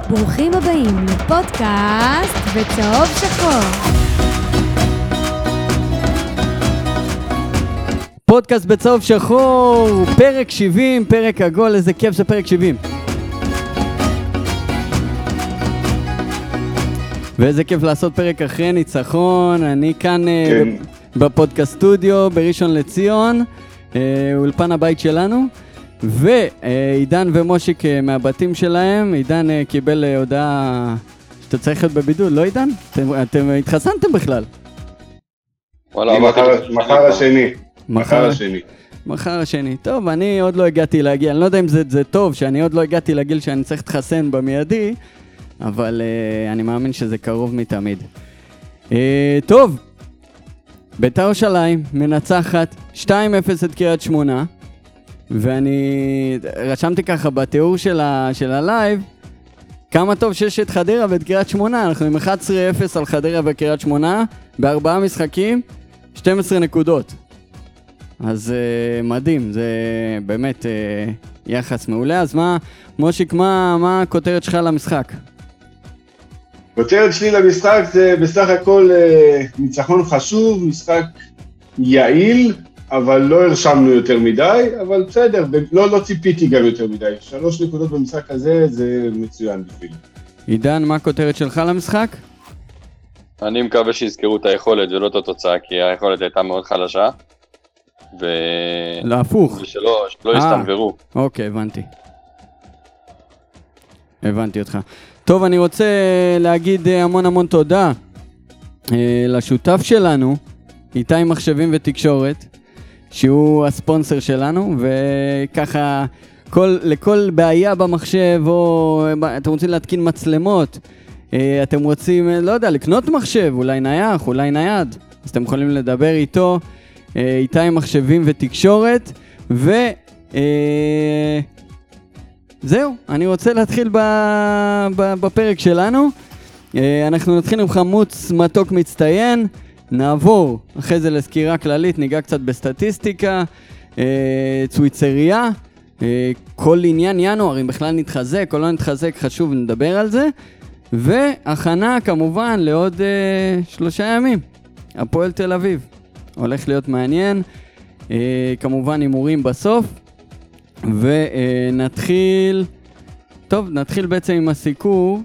ברוכים הבאים לפודקאסט בצהוב שחור. פודקאסט בצהוב שחור, פרק 70, פרק עגול, איזה כיף זה פרק 70. ואיזה כיף לעשות פרק אחרי ניצחון. אני כאן בפודקאסט סטודיו בראשון לציון, אולפן הבית שלנו, ועידן ומושיק מהבתים שלהם. עידן קיבל הודעה שאתה צריך להיות בבידוד, לא עידן? אתם התחסנתם בכלל? וואלה, מחר השני. טוב, אני עוד לא הגעתי להגיע, אני לא יודע אם זה טוב שאני עוד לא הגעתי לגיל שאני צריך להתחסן במיידי, אבל אני מאמין שזה קרוב מתמיד. טוב, בית"ר ירושלים מנצחת 2-0 את קריית שמונה, ואני רשמתי ככה בתיאור של הלייב, כמה טוב שיש את חדרה ואת קריית שמונה. אנחנו עם 11-0 על חדרה וקריית שמונה, בארבעה משחקים, 12 נקודות. אז מדהים, זה באמת יחס מעולה. אז מושיק, מה הכותרת שלך למשחק? הכותרת שלי למשחק זה בסך הכל ניצחון חשוב, משחק יעיל, אבל לא הרשמנו יותר מדי, אבל בסדר, לא ציפיתי גם יותר מדי. 3 נקודות במשחק הזה זה מצוין בשבילי. עידן, מה הכותרת שלך למשחק? אני מקווה שיזכרו את היכולת ולא את התוצאה, כי היכולת הייתה מאוד חלשה. להפוך. ושלא יסתנברו. אוקיי, הבנתי אותך. טוב, אני רוצה להגיד המון תודה לשותף שלנו, איתי מחשבים ותקשורת, שהוא הספונסר שלנו, וככה לכל בעיה במחשב, או אתם רוצים להתקין מצלמות, אתם רוצים, לא יודע, לקנות מחשב, אולי נייח, אולי נייד, אז אתם יכולים לדבר איתו, איתי מחשבים ותקשורת, זהו, אני רוצה להתחיל בפרק שלנו. אנחנו נתחיל עם חמוץ מתוק מצטיין, נעבור אחרי זה לסקירה כללית, ניגע קצת בסטטיסטיקה, צוויצריה, כל עניין ינואר, אם בכלל נתחזק או לא נתחזק, חשוב נדבר על זה, והכנה כמובן לעוד 3 ימים, הפועל תל אביב, הולך להיות מעניין, כמובן הימורים בסוף, ונתחיל, נתחיל בעצם עם הסיקור,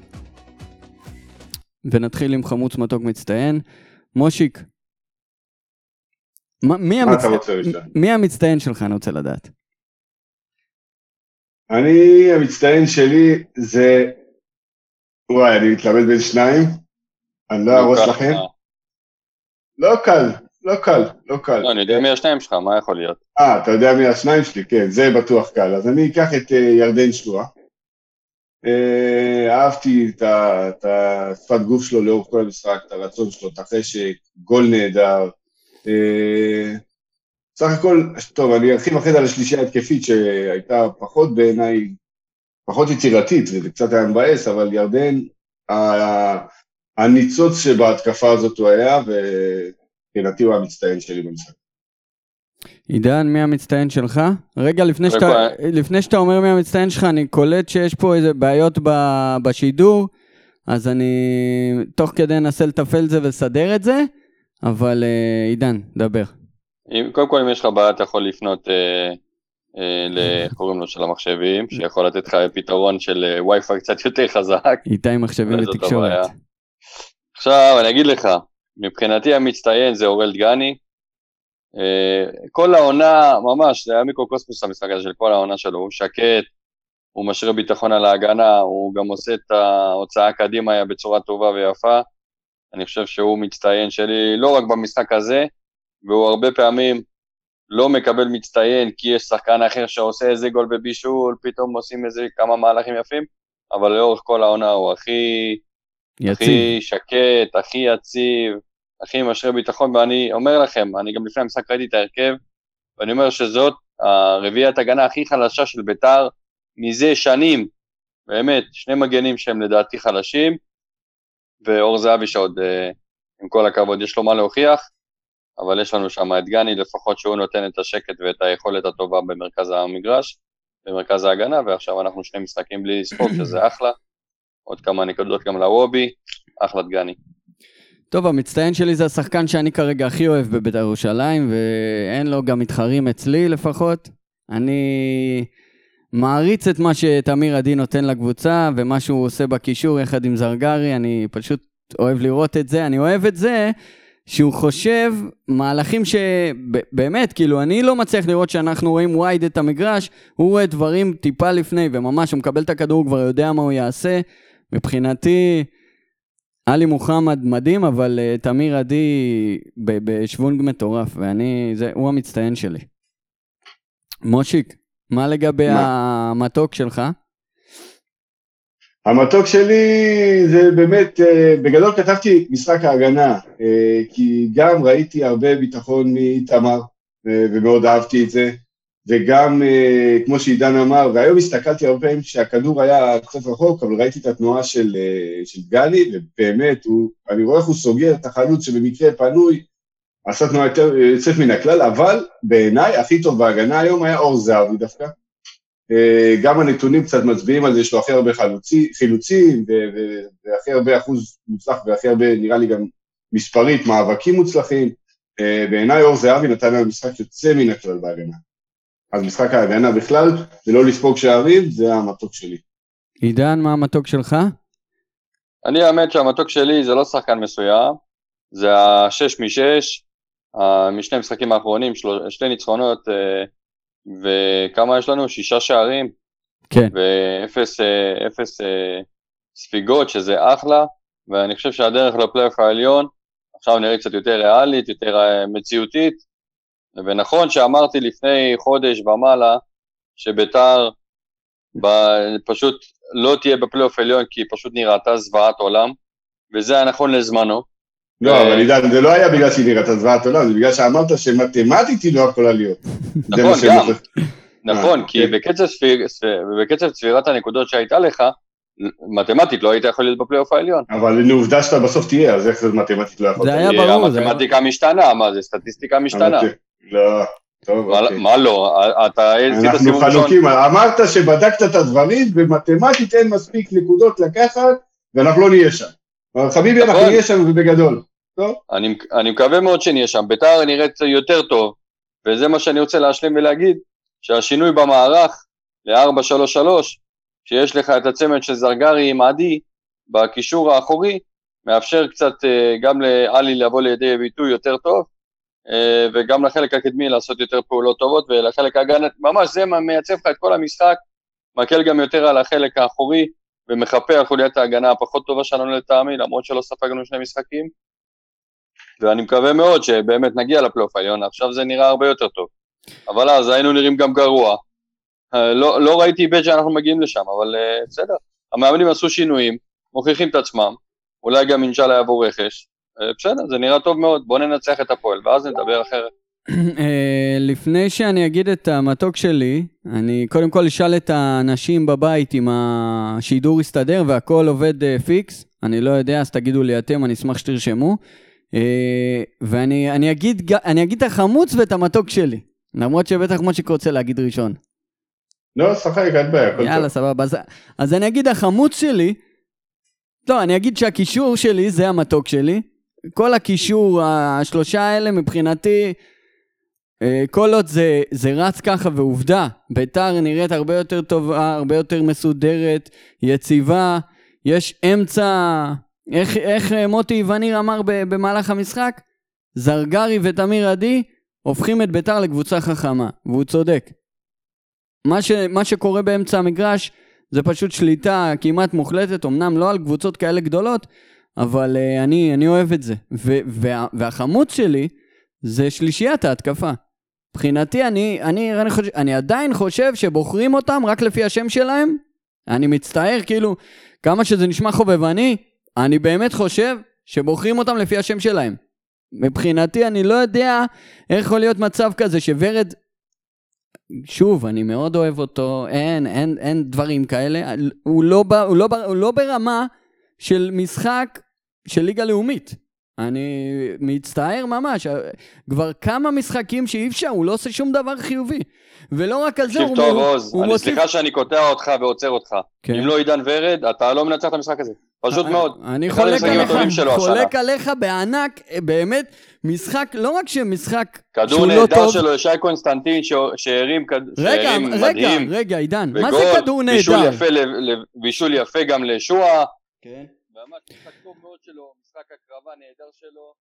ונתחיל עם חמוץ מתוק מצטיין. מושיק, מי המצטיין שלך, אני רוצה לדעת? המצטיין שלי זה, אני מתלמד בין שניים, אני לא ארוס לכם. לא קל. לא, אני יודע מי השניים שלך, מה יכול להיות? אתה יודע מי השניים שלי? כן, זה בטוח קל. אז אני אקח את ירדן שועה. אהבתי את השפת גוף שלו לאורך כל המשחק, את הרצון שלו, את החשק, גול נהדר. סך הכל, טוב, אני ארחיב אחרי זה על השלישייה ההתקפית שהייתה פחות בעיניי, פחות יצירתית, וזה קצת היה מבאס, אבל ירדן, הניצוץ שבהתקפה הזאת הוא היה, וכנתי הוא המצטיין שלי במשחק. עידן, מי המצטיין שלך? רגע, לפני שאתה אומר מי המצטיין שלך, אני קולט שיש פה איזה בעיות בשידור, אז אני תוך כדי אנסה לטפל זה ולסדר את זה, אבל עידן, דבר. קודם כל, אם יש לך בעיה, אתה יכול לפנות לחורים לו של המחשבים, שיכול לתת לך פתרון של וי-פיי קצת יותר חזק. איתי מחשבים ותקשורת. עכשיו, אני אגיד לך, מבחינתי המצטיין זה אורל דגני, כל העונה, ממש, זה היה מיקרוקוסמוס המשחק הזה של כל העונה שלו, הוא שקט, הוא משאיר ביטחון על ההגנה, הוא גם עושה את ההוצאה קדימה בצורה טובה ויפה, אני חושב שהוא מצטיין שלי, לא רק במשחק הזה, והוא הרבה פעמים לא מקבל מצטיין, כי יש שחקן אחר שעושה איזה גול בבישול, פתאום עושים איזה כמה מהלכים יפים, אבל לאורך כל העונה הוא הכי שקט, הכי יציב, הכי משרה ביטחון, ואני אומר לכם, אני גם לפני המשחק ראיתי את ההרכב, ואני אומר שזאת הרביעיית הגנה הכי חלשה של בית"ר, מזה שנים, באמת, 2 מגנים שהם לדעתי חלשים, ואור זהבי שעוד, עם כל הכבוד, יש לו מה להוכיח, אבל יש לנו שם את גני, לפחות שהוא נותן את השקט ואת היכולת הטובה במרכז המגרש, במרכז ההגנה, ועכשיו אנחנו 2 משחקים בלי לספוג, שזה אחלה, עוד כמה נקודות גם לרובי, אחלה דגני. טוב, המצטיין שלי זה השחקן שאני כרגע הכי אוהב בבית"ר ירושלים, ואין לו גם מתחרים אצלי לפחות. אני מעריץ את מה שתמיר עדי נותן לקבוצה, ומה שהוא עושה בקישור יחד עם זרגרי, אני פשוט אוהב לראות את זה. אני אוהב את זה שהוא חושב מהלכים שבאמת, כאילו אני לא מצליח לראות שאנחנו רואים וייד את המגרש, הוא רואה דברים טיפה לפני, וממש הוא מקבל את הכדור, הוא כבר יודע מה הוא יעשה. מבחינתי, עלי מוחמד מדהים, אבל תמיר עדי בשוונג מטורף, הוא המצטיין שלי. מושיק, מה לגבי המתוק שלך? המתוק שלי זה באמת, בגדול כתבתי משחק ההגנה, כי גם ראיתי הרבה ביטחון מאיתמר, ומאוד אהבתי את זה, וגם כמו שעידן אמר, והיום הסתכלתי הרבה פעמים שהכדור היה קצת רחוק, אבל ראיתי את התנועה של גלי, ובאמת, אני רואה איך הוא סוגר את החלוץ שבמקרה פנוי, עשה תנועה יותר יוצאת מן הכלל, אבל בעיניי הכי טוב בהגנה היום היה אור זהבי דווקא, גם הנתונים קצת מצביעים על זה, יש לו הכי הרבה חילוצים, והכי הרבה אחוז מוצלח, והכי הרבה נראה לי גם מספרית, מאבקים מוצלחים, בעיניי אור זהבי נתן לנו משחק יוצא מן הכלל בהגנה. אז משחק ההגנה בכלל, ולא לספוג שערים, זה המתוק שלי. עידן, מה המתוק שלך? אני האמת שהמתוק שלי זה לא שחקן מסוים, זה ה6 מ6, משני משחקים האחרונים, שתי ניצחונות, וכמה יש לנו? 6 שערים, כן. ו0 ספיגות, שזה אחלה, ואני חושב שהדרך לפלייאוף העליון, עכשיו נראה קצת יותר ריאלית, יותר מציאותית, ונכון שאמרתי לפני חודש ומעלה, שביתר פשוט לא תהיה בפלייאוף עליון, כי פשוט נראתה זוועת עולם, וזה היה נכון לזמנו. לא, אבל עידן, זה לא היה בגלל שהיא נראתה זוועת עולם, זה בגלל שאמרת שמתמטית היא לא יכולה להיות. נכון, גם. נכון, כי בקצב צבירת הנקודות שהייתה לך, מתמטית לא היית יכול להיות בפלייאוף העליון. אבל עובדה שאתה בסוף תהיה, אז איך זה מתמטית לא יכול להיות? זה היה ברור. המתמטיקה משתנה, מה זה? סטטיסטיקה משתנה. לא, טוב, אוקיי. מה לא? אנחנו חלוקים, אמרת שבדקת את הדברים, ומתמטית אין מספיק נקודות לקחת, ואנחנו לא נהיה שם. אבל חביבי, אנחנו נהיה שם ובגדול. אני מקווה מאוד שנהיה שם. ביתר נראית יותר טוב, וזה מה שאני רוצה להשלים ולהגיד, שהשינוי במערך ל-4-3-3, שיש לך את הצמד של זרגרי עם עדי, בקישור האחורי, מאפשר קצת גם לעלי לבוא לידי ביטוי יותר טוב, וגם לחלק הקדמי לעשות יותר פעולות טובות, ולחלק הגנת, ממש זה מייצב לך את כל המשחק, מקל גם יותר על החלק האחורי, ומחפה על חוליית ההגנה הפחות טובה שלנו לטעמי, למרות שלא ספגנו 2 משחקים, ואני מקווה מאוד שבאמת נגיע לפלייאוף העליון, עכשיו זה נראה הרבה יותר טוב, אבל אז היינו נראים גם גרוע, לא ראיתי בית שאנחנו מגיעים לשם, אבל בסדר, המאמנים עשו שינויים, מוכיחים את עצמם, אולי גם אינשאללה יבוא רכש, בסדר, זה נראה טוב מאוד, בוא ננצח את הפועל, ואז נדבר אחרת. לפני שאני אגיד את המתוק שלי, אני קודם כל אשאל את האנשים בבית אם השידור יסתדר והכל עובד פיקס, אני לא יודע, אז תגידו לי אתם, אני אשמח שתרשמו, ואני אגיד את החמוץ ואת המתוק שלי, למרות שבטח מושיק רוצה להגיד ראשון. לא, שחק, אין בעיה, הכל טוב. יאללה, סבבה, אז אני אגיד החמוץ שלי, לא, אני אגיד שהקישור שלי זה המתוק שלי, כל הקישור, 3 האלה מבחינתי, כל עוד זה רץ ככה ועובדה, ביתר נראית הרבה יותר טובה, הרבה יותר מסודרת, יציבה, יש אמצע, איך מוטי וניר אמר במהלך המשחק, זרגרי ותמיר עדי הופכים את ביתר לקבוצה חכמה, והוא צודק. מה שקורה באמצע המגרש זה פשוט שליטה כמעט מוחלטת, אמנם לא על קבוצות כאלה גדולות, אבל אני אוהב את זה. והחמוץ שלי זה שלישיית ההתקפה. מבחינתי אני עדיין חושב שבוחרים אותם רק לפי השם שלהם. אני מצטער, כאילו, כמה שזה נשמע חובבני, אני באמת חושב שבוחרים אותם לפי השם שלהם. מבחינתי אני לא יודע איך יכול להיות מצב כזה שוורד, שוב, אני מאוד אוהב אותו, אין דברים כאלה, הוא לא ברמה של משחק של ליגה לאומית. אני מצטער ממש, כבר כמה משחקים שאי אפשר, הוא לא עושה שום דבר חיובי. ולא רק על זה, תקשיב טוב, עוז, אני סליחה שאני קוטע אותך ועוצר אותך. כן. אם לא עידן ורד, אתה לא מנצח את המשחק הזה. פשוט מאוד. אני חולק עליך בענק, באמת, משחק, לא רק שמשחק כדור נהדר שלו, שי קונסטנטין, שהרים מדהים. רגע, עידן, מה זה כדור נהדר? בישול יפה גם לשועה. כן. ממש משחק טוב מאוד שלו, משחק הקרבה נהדר שלו.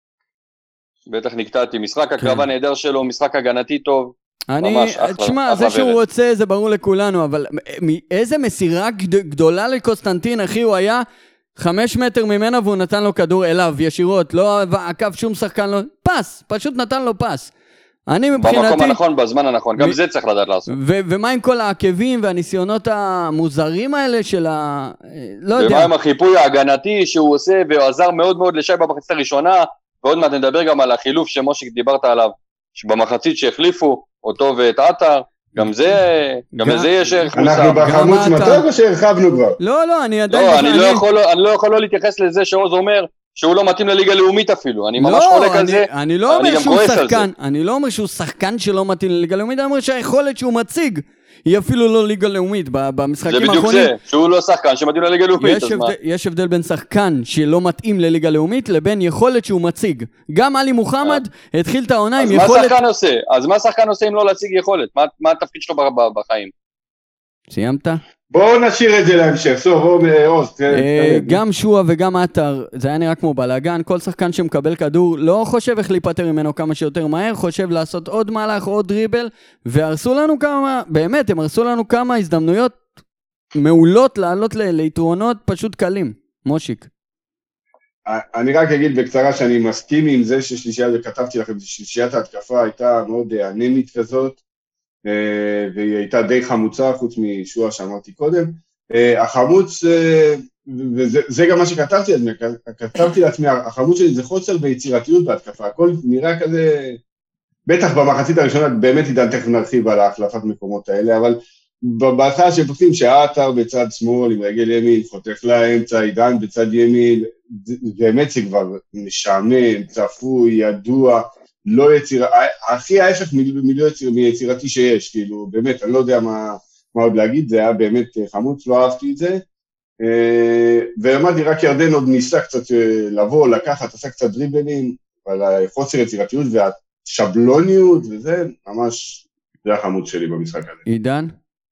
בטח נקטעתי, משחק הקרבה נהדר שלו, משחק הגנתי טוב. תשמע, זה שהוא רוצה, זה ברור לכולנו, אבל איזה מסירה גדולה לקונסטנטין, אחי, הוא היה 5 מטר ממנה, והוא נתן לו כדור אליו, ישירות, לא עקב שום שחקן, לא, פס, פשוט נתן לו פס. אני מבחינתי... במקום הנכון, בזמן הנכון, גם זה צריך לדעת לעשות. ומה עם כל העקבים והניסיונות המוזרים האלה של לא יודע. ומה עם החיפוי ההגנתי שהוא עושה, והוא עזר מאוד מאוד לשי במחצית הראשונה, ועוד מעט נדבר גם על החילוף שמושיק דיברת עליו, שבמחצית שהחליפו אותו ואת עטר, גם לזה יש ערך מוסף. אנחנו בחמוץ מטוב או שהרחבנו כבר? לא, אני עדיין... לא, אני לא יכול לא להתייחס לזה שעוז אומר שהוא לא מתאים לליגה לאומית אפילו, אני ממש חולק על זה, אני לא אומר שהוא שחקן, אני לא אומר שהוא שחקן שלא מתאים לליגה לאומית, אני אומר שהיכולת שהוא מציג היא אפילו לא ליגה לאומית במשחקים האחרונים. זה בדיוק זה, שהוא לא שחקן שמתאים לליגה לאומית. יש הבדל בין שחקן שלא מתאים לליגה לאומית לבין יכולת שהוא מציג. גם עלי מוחמד התחיל את העונה עם יכולת... אז מה שחקן עושה אם לא להציג יכולת? מה התפקיד שלו בחיים? סיימת? בואו נשאיר את זה להמשך, גם שועה וגם עטר, זה היה נראה כמו בלאגן, כל שחקן שמקבל כדור לא חושב איך להיפטר ממנו כמה שיותר מהר, חושב לעשות עוד מהלך, עוד דריבל, והרסו לנו כמה, באמת, הם הרסו לנו כמה הזדמנויות מעולות לעלות ליתרונות פשוט קלים. מושיק. אני רק אגיד בקצרה שאני מסכים עם זה ששלישייה, וכתבתי לכם, שלישיית ההתקפה הייתה מאוד אנמית כזאת, והיא הייתה די חמוצה, חוץ משועה שאמרתי קודם. החמוץ, וזה גם מה שכתבתי לעצמי, החמוץ שלי זה חוסר ביצירתיות בהתקפה, הכל נראה כזה, בטח במחצית הראשונה, באמת עידן תכף נרחיב על ההחלפת מקומות האלה, אבל בהתחלה שפותחים שהעטר בצד שמאל, עם רגל ימין, חותך לאמצע, עידן בצד ימין, באמת זה כבר משעמם, צפוי, ידוע, לא הכי ההפך מיצירתי שיש, כאילו, באמת, אני לא יודע מה עוד להגיד, זה היה באמת חמוץ, לא אהבתי את זה, ולמדתי רק ירדן עוד ניסה קצת לבוא, לקחת, עשה קצת דריבלים, אבל חוסר יצירתיות והשבלוניות וזה, ממש, זה החמוץ שלי במשחק הזה. עידן?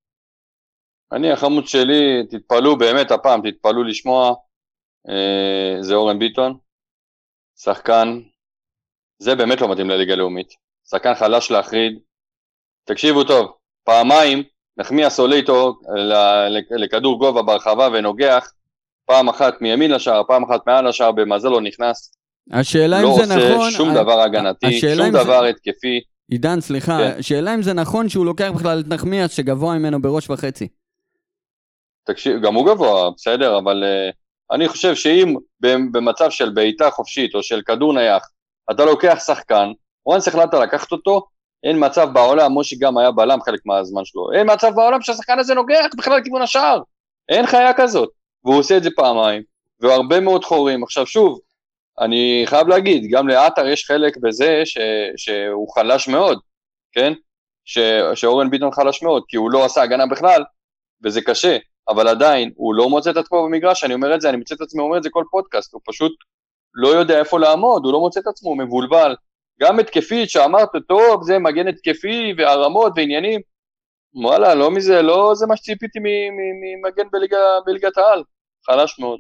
החמוץ שלי, תתפלו באמת הפעם, תתפלו לשמוע, זה אורן ביטון, שחקן, זה באמת לא מתאים לליגה לאומית. שחקן חלש להחריד. תקשיבו טוב, פעמיים נחמיאס עולה איתו לכדור גובה ברחבה ונוגח, פעם אחת מימין לשער, פעם אחת מעל לשער, במזל לא נכנס. השאלה אם זה נכון... לא עושה שום דבר הגנתי, שום דבר התקפי. עידן, סליחה, השאלה אם זה נכון שהוא לוקח בכלל את נחמיאס שגבוה ממנו בראש וחצי. תקשיב, גם הוא גבוה, בסדר, אבל אני חושב שאם במצב של בעיטה חופשית או של כדור נייח, אתה לוקח שחקן, וואנס החלטת לקחת אותו, אין מצב בעולם, מושי גם היה בלם חלק מהזמן שלו, אין מצב בעולם שהשחקן הזה נוגח בכלל לכיוון השער, אין חיה כזאת, והוא עושה את זה פעמיים, והרבה מאוד חורים. עכשיו שוב, אני חייב להגיד, גם לעטר יש חלק בזה שהוא חלש מאוד, כן? שאורן ביטון חלש מאוד, כי הוא לא עשה הגנה בכלל, וזה קשה, אבל עדיין הוא לא מוצא את עצמו במגרש, אני אומר את זה, אני מוצא את עצמי, אומר את זה כל פודקאסט, הוא פשוט לא יודע איפה לעמוד, הוא לא מוצא את עצמו, הוא מבולבל, גם התקפית שאמרת, טוב, זה מגן התקפי והרמות ועניינים, וואלה, לא מזה, לא זה מה שציפיתי ממגן בליגת העל, חלש מאוד.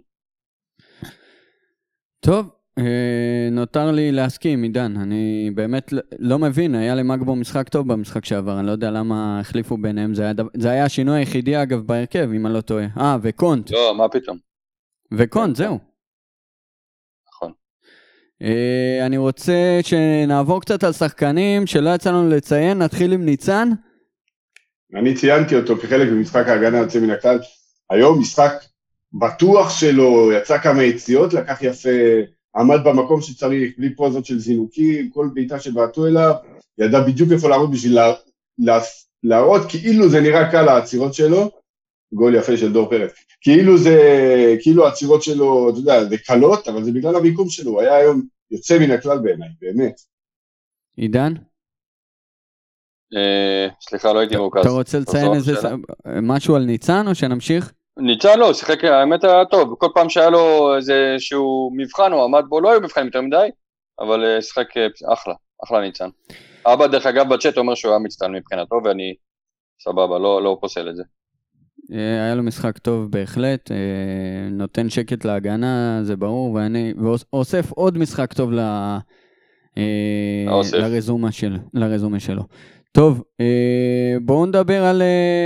טוב, נותר לי להסכים, עידן, אני באמת לא מבין, היה למגבו משחק טוב במשחק שעבר, אני לא יודע למה החליפו ביניהם, זה היה השינוי היחידי אגב בהרכב, אם אני לא טועה, וקונט. לא, מה פתאום. וקונט, זהו. נכון. אני רוצה שנעבור קצת על שחקנים שלא יצאנו לציין, נתחיל עם ניצן. אני ציינתי אותו כחלק במשחק ההגנה יוצא מן הכלל, היום משחק בטוח שלו, יצא כמה יציאות, לקח יפה, עמד במקום שצריך, בלי פוזות של זינוקים, כל בעיטה שבעטו אליו, ידע בדיוק איפה לעמוד בשביל להראות, כאילו זה נראה קל העצירות שלו, גול יפה של דור פרץ. כאילו הצירות שלו, אתה יודע, זה קלות, אבל זה בגלל המיקום שלו, הוא היה היום יוצא מן הכלל בעיניי, באמת. עידן? סליחה, לא הייתי מרוכז. אתה רוצה לציין איזה משהו על ניצן, או שנמשיך? ניצן לא, שיחק, האמת היה טוב, כל פעם שהיה לו איזשהו מבחן, הוא עמד בו, לא היו מבחנים יותר מדי, אבל שיחק אחלה ניצן. אבא דרך אגב בצ'אט אומר שהוא היה מצטען מבחינתו, ואני סבבה, לא פוסל את זה. היה לו משחק טוב בהחלט, נותן שקט להגנה, זה ברור, ואוסף עוד משחק טוב לרזומה שלו. טוב, בואו נדבר על...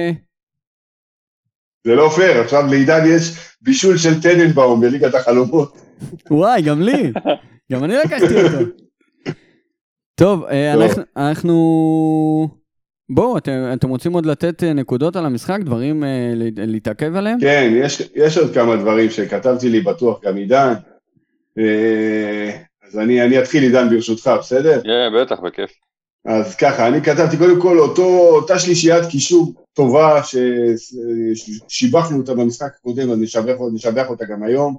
זה לא פייר, עכשיו לעידן יש בישול של טננבאום בליגת החלומות. וואי, גם לי, גם אני לקחתי אותו. טוב, אנחנו... בואו, אתם רוצים עוד לתת נקודות על המשחק, דברים להתעכב עליהם? כן, יש עוד כמה דברים שכתבתי לי בטוח גם עידן, אז אני אתחיל עידן ברשותך, בסדר? בטח, בכיף. אז ככה, אני כתבתי קודם כל אותה שלישיית קישור טובה ששיבחנו אותה במשחק הקודם, אז נשבח אותה גם היום,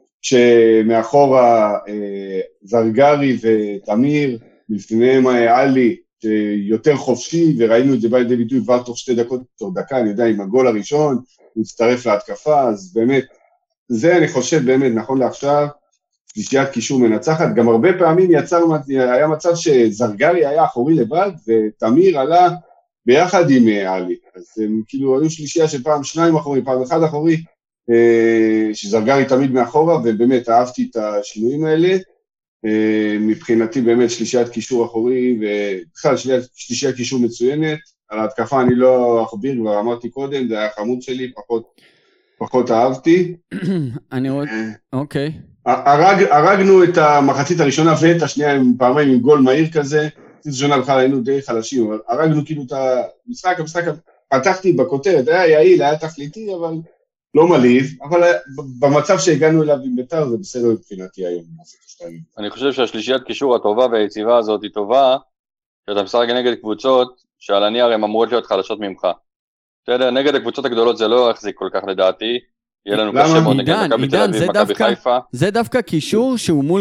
שמאחורה זרגרי ותמיר, לפניהם עלי, יותר חופשי, וראינו את זה בידי ביטוי כבר תוך 2 דקות, תוך דקה, אני יודע, עם הגול הראשון, הוא הצטרף להתקפה, אז באמת, זה אני חושב באמת, נכון לעכשיו, שלישיית קישור מנצחת, גם הרבה פעמים היה מצב שזרגרי היה אחורי לבד, ותמיר עלה ביחד עם עלי, אז הם כאילו היו שלישייה שפעם 2 אחורי, פעם 1 אחורי, שזרגרי תמיד מאחורה, ובאמת אהבתי את השינויים האלה, מבחינתי באמת שלישיית קישור אחורי, ובכלל שלישיית קישור מצוינת, על ההתקפה אני לא אכביר, כבר אמרתי קודם, זה היה חמוד שלי, פחות אהבתי. אני רואה, אוקיי. הרגנו את המחצית הראשונה ואת השנייה פעמיים עם גול מהיר כזה, המחצית הראשונה בכלל היינו די חלשים, אבל הרגנו כאילו את המשחק, פתחתי בכותרת, היה יעיל, היה תכליתי, אבל לא מליב, אבל במצב שהגענו אליו עם בית"ר זה בסדר מבחינתי היום. אני חושב שהשלישיית קישור הטובה והיציבה הזאת היא טובה, שאתה משחק נגד קבוצות שעל הנייר הן אמורות להיות חלשות ממך. בסדר, נגד הקבוצות הגדולות זה לא יחזיק כל כך לדעתי, יהיה לנו קשה מאוד נגד מכבי תל אביב, מכבי חיפה. זה דווקא קישור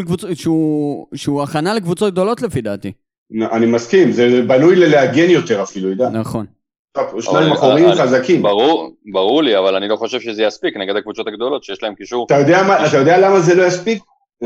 שהוא הכנה לקבוצות גדולות לפי דעתי. אני מסכים, זה בנוי ללהגן יותר אפילו, יודע. נכון. שניים אחוריים חזקים. ברור לי, אבל אני לא חושב שזה יספיק נגד הקבוצות הגדולות שיש להם קישור. אתה יודע למה זה לא יספיק?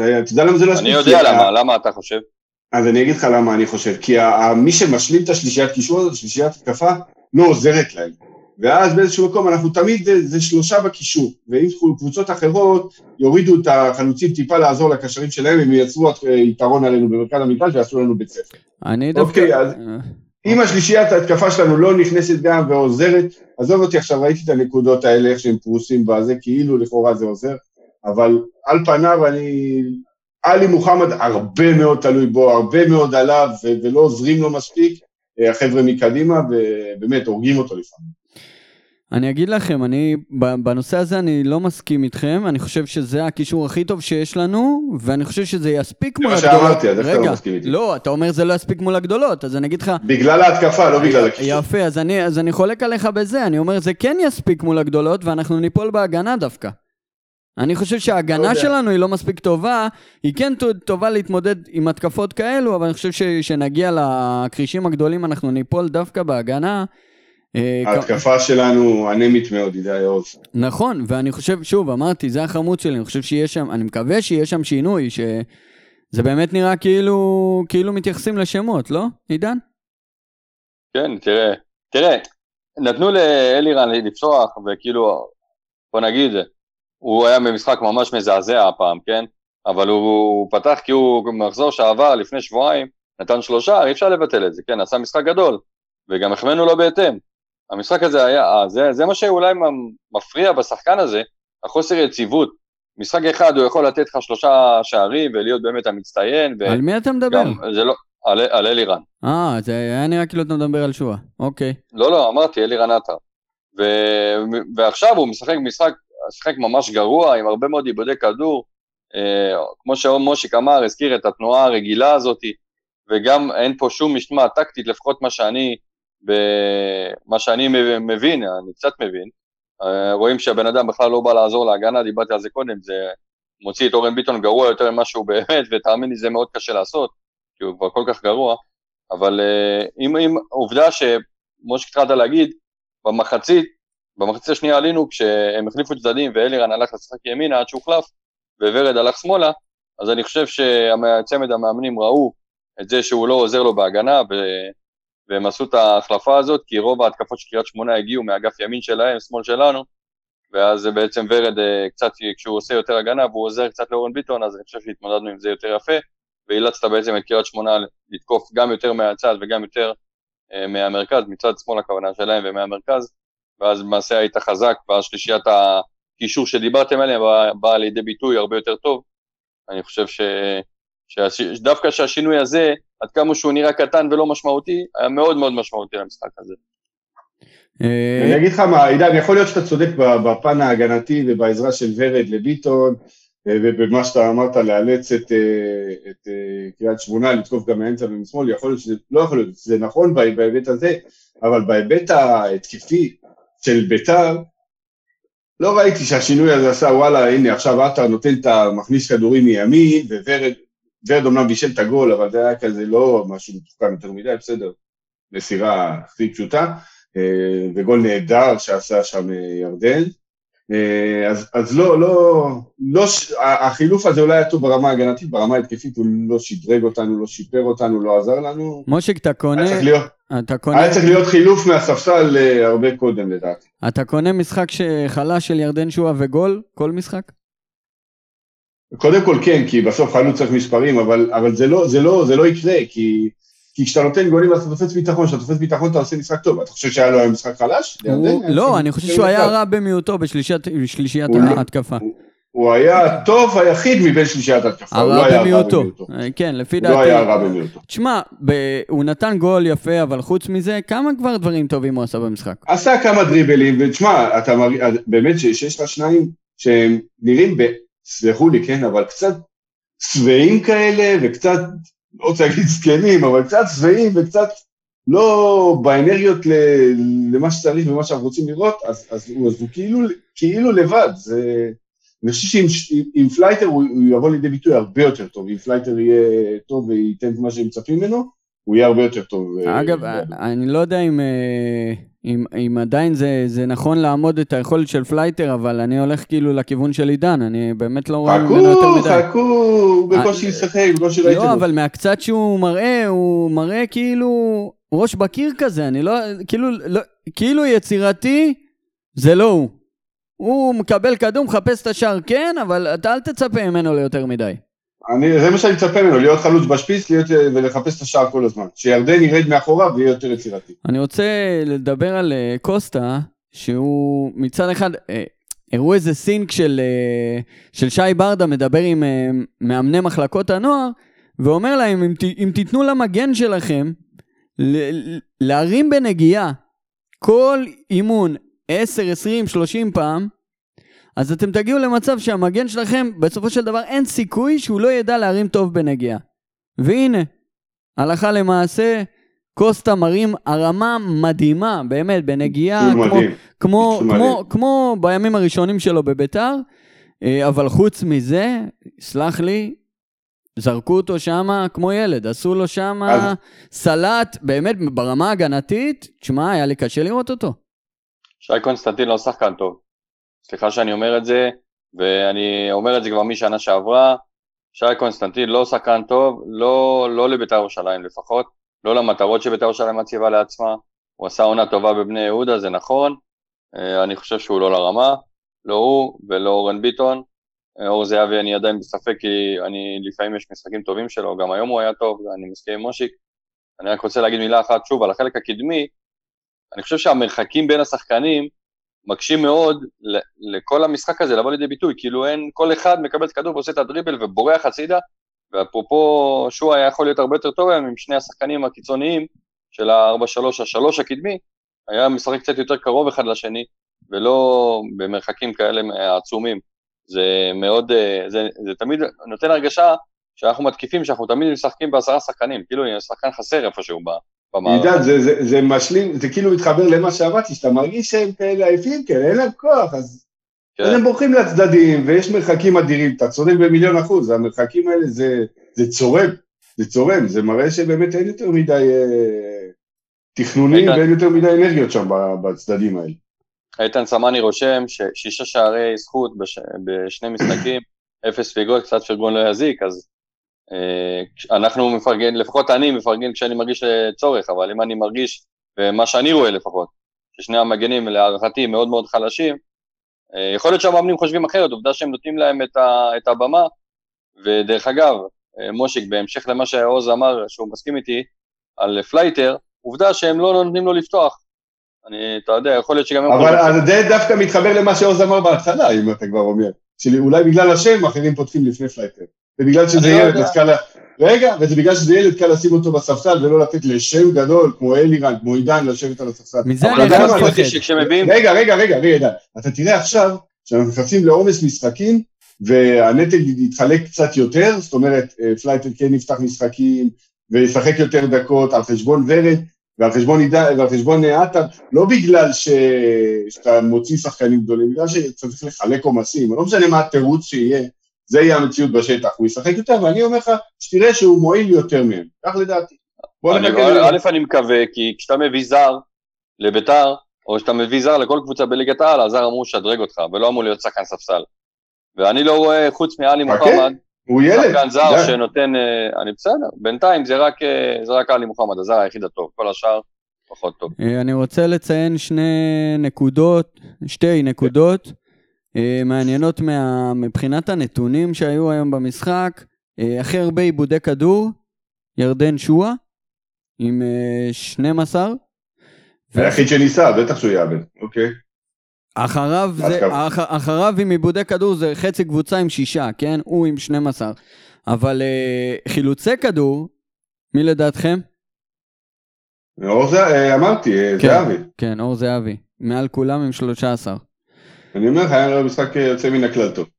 אני יודע למה אתה חושב. אז אני אגיד לך למה אני חושב, כי מי שמשלים את השלישיית קישור הזאת, שלישיית התקפה, לא עוזרת להם. ואז באיזשהו מקום אנחנו תמיד, זה 3 בקישור, ואם קבוצות אחרות יורידו את החלוצים טיפה לעזור לקשרים שלהם, הם ייצרו יתרון עלינו במרכז המגרש ויעשו לנו בית ספר. אוקיי, אז אם השלישיית ההתקפה שלנו לא נכנסת גם ועוזרת, עזוב אותי עכשיו, ראיתי את הנקודות האלה, איך שהם פרוסים בזה, כאילו לכאורה זה עוזר, אבל על פניו עלי מוחמד הרבה מאוד תלוי בו, הרבה מאוד עליו, ולא עוזרים לו מספיק, החבר'ה מקדימה, ובאמת הורגים אותו לפעמים. אני אגיד לכם, בנושא הזה אני לא מסכים איתכם, אני חושב שזה הקישור הכי טוב שיש לנו, ואני חושב שזה יספיק מול הגדולות. זה מה שאמרתי, אז איך אתה לא מסכים איתי? לא, אתה אומר זה לא יספיק מול הגדולות, אז אני אגיד לך... בגלל ההתקפה, לא בגלל הקישור. יפה, אז אני חולק עליך בזה, אני אומר זה כן יספיק מול הגדולות, ואנחנו ניפול בהגנה דווקא. אני חושב שההגנה שלנו היא לא מספיק טובה, היא כן טובה להתמודד עם התקפות כאלו, אבל אני חושב שנגיע לקרישים הגדולים, אנחנו ניפול דווקא בהגנה. ההתקפה שלנו אנמית מאוד, ידעי עוז. נכון, ואני חושב, שוב, אמרתי, זה החמוד שלי, אני חושב שיש שם, אני מקווה שיש שם שינוי, שזה באמת נראה כאילו מתייחסים לשמות, לא, עידן? כן, תראה, נתנו לאלירן לפסוח, וכאילו, בוא נגיד, הוא היה במשחק ממש מזעזע הפעם, כן? אבל הוא פתח כי הוא מחזור שעבר לפני שבועיים, נתן 3, אי אפשר לבטל את זה, כן? עשה משחק גדול, וגם החמנו לו בהתאם. המשחק הזה היה, זה מה שאולי מפריע בשחקן הזה, החוסר יציבות. משחק אחד הוא יכול לתת לך 3 שערים, ולהיות באמת המצטיין. על מי אתה מדבר? זה לא, על אלירן. זה היה נראה כאילו אתה מדבר על שואה, אוקיי. לא, אמרתי, אלירן עטר. ועכשיו הוא משחק ממש גרוע, עם הרבה מאוד איבודי כדור, כמו שמושיק אמר, הזכיר את התנועה הרגילה הזאת, וגם אין פה שום משמעת טקטית, לפחות מה שאני מבין, אני קצת מבין, רואים שהבן אדם בכלל לא בא לעזור להגנה, דיברתי על זה קודם, זה מוציא את אורן ביטון גרוע יותר ממה שהוא באמת, ותאמין לי זה מאוד קשה לעשות, כי הוא כבר כל כך גרוע, אבל אם עובדה כמו שהתחלת להגיד, במחצית השנייה עלינו, כשהם החליפו צדדים ואלירן הלך לשחק ימינה עד שהוחלף, וורד הלך שמאלה, אז אני חושב שהצמד המאמנים ראו את זה שהוא לא עוזר לו בהגנה, והם עשו את ההחלפה הזאת, כי רוב ההתקפות של קריית שמונה הגיעו מאגף ימין שלהם, שמאל שלנו, ואז בעצם ורד קצת, כשהוא עושה יותר הגנה, והוא עוזר קצת לאורן ביטון, אז אני חושב שהתמודדנו עם זה יותר יפה, והילצת בעצם את קריית שמונה לתקוף גם יותר מהצד וגם יותר מהמרכז, מצד שמאל הכוונה שלהם ומהמרכז, ואז למעשה היית חזק, ואז שלישיית הקישור שדיברתם עליהם באה לידי ביטוי הרבה יותר טוב. אני חושב שדווקא שהשינוי הזה, עד כמה שהוא נראה קטן ולא משמעותי, היה מאוד מאוד משמעותי למשחק הזה. אני אגיד לך מה, עידן, יכול להיות שאתה צודק בפן ההגנתי ובעזרה של ורד לביטון, ובמה שאתה אמרת לאלץ את קריית שמונה, לתקוף גם מהאמצע ומשמאל, יכול להיות שזה, לא יכול להיות, זה נכון בהיבט הזה, אבל בהיבט ההתקפי של ביתר, לא ראיתי שהשינוי הזה עשה, וואלה, הנה, עכשיו אתה נותן את המכניס כדורים מימין, וורד אומנם בישל את הגול, אבל זה היה כזה לא משהו מתוחכם יותר מדי, בסדר, מסירה הכי פשוטה, וגול נהדר שעשה שם ירדן, אז לא, החילוף הזה אולי היה טוב ברמה ההגנתית, ברמה ההתקפית הוא לא שדרג אותנו, לא שיפר אותנו, לא עזר לנו. מושיק, אתה קונה... היה צריך להיות חילוף מהספסל הרבה קודם לדעתי. אתה קונה משחק שחלש של ירדן שועה וגול, כל משחק? קודם כל כן, כי בסוף חלוץ צריך מספרים, אבל זה לא יקרה, כי כשאתה נותן גולים ואתה תופס ביטחון, אתה עושה משחק טוב. אתה חושב שהיה לו משחק חלש? לא, אני חושב שהוא היה רע במיעוטו בשלישיית ההתקפה. הוא היה טוב היחיד מבין שלישיית ההתקפה. הרע במיעוטו. כן, לפי דעתי. הוא לא היה רע במיעוטו. תשמע, הוא נתן גול יפה, אבל חוץ מזה, כמה כבר דברים טובים הוא עשה במשחק? עשה כמה דריבלים, ותשמע, באמת שיש לך שניים שהם נראים, סלחו לי, כן, אבל קצת צבעים כאלה, וקצת, לא רוצה להגיד זקנים, אבל קצת צבעים, וקצת לא באנרגיות למה שצריך ומה שאנחנו רוצים לראות, אז הוא כאילו לבד. אני חושב שעם פלייטר הוא יבוא לידי ביטוי הרבה יותר טוב, אם פלייטר יהיה טוב וייתן את מה שהם מצפים ממנו, הוא יהיה הרבה יותר טוב. אגב, אני לא יודע אם עדיין זה נכון לעמוד את היכולת של פלייטר, אבל אני הולך כאילו לכיוון של עידן, אני באמת לא רואה ממנו יותר מדי. חכו, הוא בקושי ישחק, בקושי ראיתם. לא, אבל מהקצת שהוא מראה, הוא מראה כאילו ראש בקיר כזה, אני לא, כאילו יצירתי, זה לא הוא. הוא מקבל כדור, מחפש את השער, כן, אבל אתה אל תצפה ממנו ליותר מדי. זה מה שאני מצפה ממנו, להיות חלוץ בשפיץ ולחפש את השער כל הזמן. שירדן ירד מאחורה ויהיה יותר יצירתי. אני רוצה לדבר על קוסטה, שהוא מצד אחד, הראו איזה סינק של שי ברדה, מדבר עם מאמני מחלקות הנוער, ואומר להם, אם תיתנו למגן שלכם, להרים בנגיעה, כל אימון, 10, 20, 30 פעם, אז אתם תגיעו למצב שהמגן שלכם, בסופו של דבר אין סיכוי שהוא לא ידע להרים טוב בנגיעה. והנה, הלכה למעשה, קוסטה מרים הרמה מדהימה, באמת, בנגיעה, כמו בימים הראשונים שלו בביתר, אבל חוץ מזה, סלח לי, זרקו אותו שמה כמו ילד, עשו לו שמה סלט, באמת ברמה הגנתית, תשמע, היה לי קשה לראות אותו. שי קונסטנטין לא שחקן טוב. סליחה שאני אומר את זה, ואני אומר את זה כבר משנה שעברה, שי קונסטנטין לא שחקן טוב, לא לבית"ר ירושלים לפחות, לא למטרות שבית"ר ירושלים מציבה לעצמה, הוא עשה עונה טובה בבני יהודה, זה נכון, אני חושב שהוא לא לרמה, לא הוא ולא אורן ביטון, אור זהבי אני עדיין בספק, כי לפעמים יש משחקים טובים שלו, גם היום הוא היה טוב, אני מסכים עם מושיק, אני רק רוצה להגיד מילה אחת שוב על החלק הקדמי, אני חושב שהמרחקים בין השחקנים מקשים מאוד לכל המשחק הזה לבוא לידי ביטוי, כאילו כל אחד מקבל את כדור ועושה את הדריבל ובורח הצידה, ואפרופו שהוא היה יכול להיות הרבה יותר טוב עם שני השחקנים הקיצוניים של ה-4-3, ה-3 הקדמי, היה משחק קצת יותר קרוב אחד לשני, ולא במרחקים כאלה עצומים. זה מאוד, זה תמיד נותן הרגשה שאנחנו מתקיפים, שאנחנו תמיד משחקים ב10 שחקנים, כאילו שחקן חסר איפשהו במערב. עידן, זה משלים, זה כאילו מתחבר למה שאמרתי, שאתה מרגיש שהם כאלה עייפים, כאלה, אין להם כוח, אז הם בורחים לצדדים, ויש מרחקים אדירים, אתה צודק ב1,000,000%, המרחקים האלה זה צורם, זה מראה שבאמת אין יותר מדי תכנונים, ואין יותר מדי אנרגיות שם בצדדים האלה. איתן סמני רושם ש6 שערי זכות בשני משחקים, 0 ספיגות, קצת פרגון לא יזיק, אז אנחנו מפרגן, לפחות אני מפרגן כשאני מרגיש צורך, אבל אם אני מרגיש, ומה שאני רואה לפחות, ששני המגנים להערכתי מאוד מאוד חלשים, יכול להיות שהמאמנים חושבים אחרת, עובדה שהם נותנים להם את הבמה, ודרך אגב, מושיק, בהמשך למה שעוז אמר, שהוא מסכים איתי, על פלייטר, עובדה שהם לא נותנים לו לפתוח. אתה יודע, יכול להיות שגם... אבל זה דווקא מתחבר למה שעוז אמר בהתחלה, אם אתה כבר אומר. שאולי בגלל השם, אחרים פותחים לפני פלייטר. ובגלל שזה ילד קל... רגע, וזה בגלל שזה ילד קל לשים אותו בספסל, ולא לתת לשם גדול, כמו אלירן, כמו עידן, לשבת על הספסל. מזה אני לא מפחד. רגע, אתה תראה עכשיו, שאנחנו נכנסים לעומס משחקים, והנטל יתחלק קצת יותר, זאת אומרת, פלייטר כן יפתח משחקים, וישחק יותר דקות על חשבון ורד, ועל חשבון עטר, לא בגלל שאתה מוציא שחקנים גדולים, בגלל שאתה צריך לחלק עומסים, לא משנה מה התירוץ שיהיה, זה יהיה המציאות בשטח, הוא ישחק יותר, ואני אומר לך, שתראה שהוא מועיל יותר מהם, כך לדעתי. א', אני מקווה, כי כשאתה מביא זר לביתר, או שאתה מביא זר לכל קבוצה בליגת העל, הזר אמור שדרג אותך, ולא אמור להיות שחקן ספסל. ואני לא רואה, חוץ מעלי מוחמד, שחקן זר שנותן, אני בסדר, בינתיים זה רק עלי מוחמד, הזר היחיד הטוב, כל השאר פחות טוב. אני רוצה לציין שתי נקודות, מעניינות מבחינת הנתונים שהיו היום במשחק, הכי הרבה עיבודי כדור, ירדן שואה, עם 12. היחיד שניסה, בטח שהוא יאבד, אוקיי. אחריו עם עיבודי כדור זה חצי קבוצה עם 6, כן? הוא עם 12. אבל חילוצי כדור, מי לדעתכם? אמרתי, זהבי. כן, אור זהבי. מעל כולם עם 13. אני אומר לך, היה משחק יוצא מן הכלל טוב.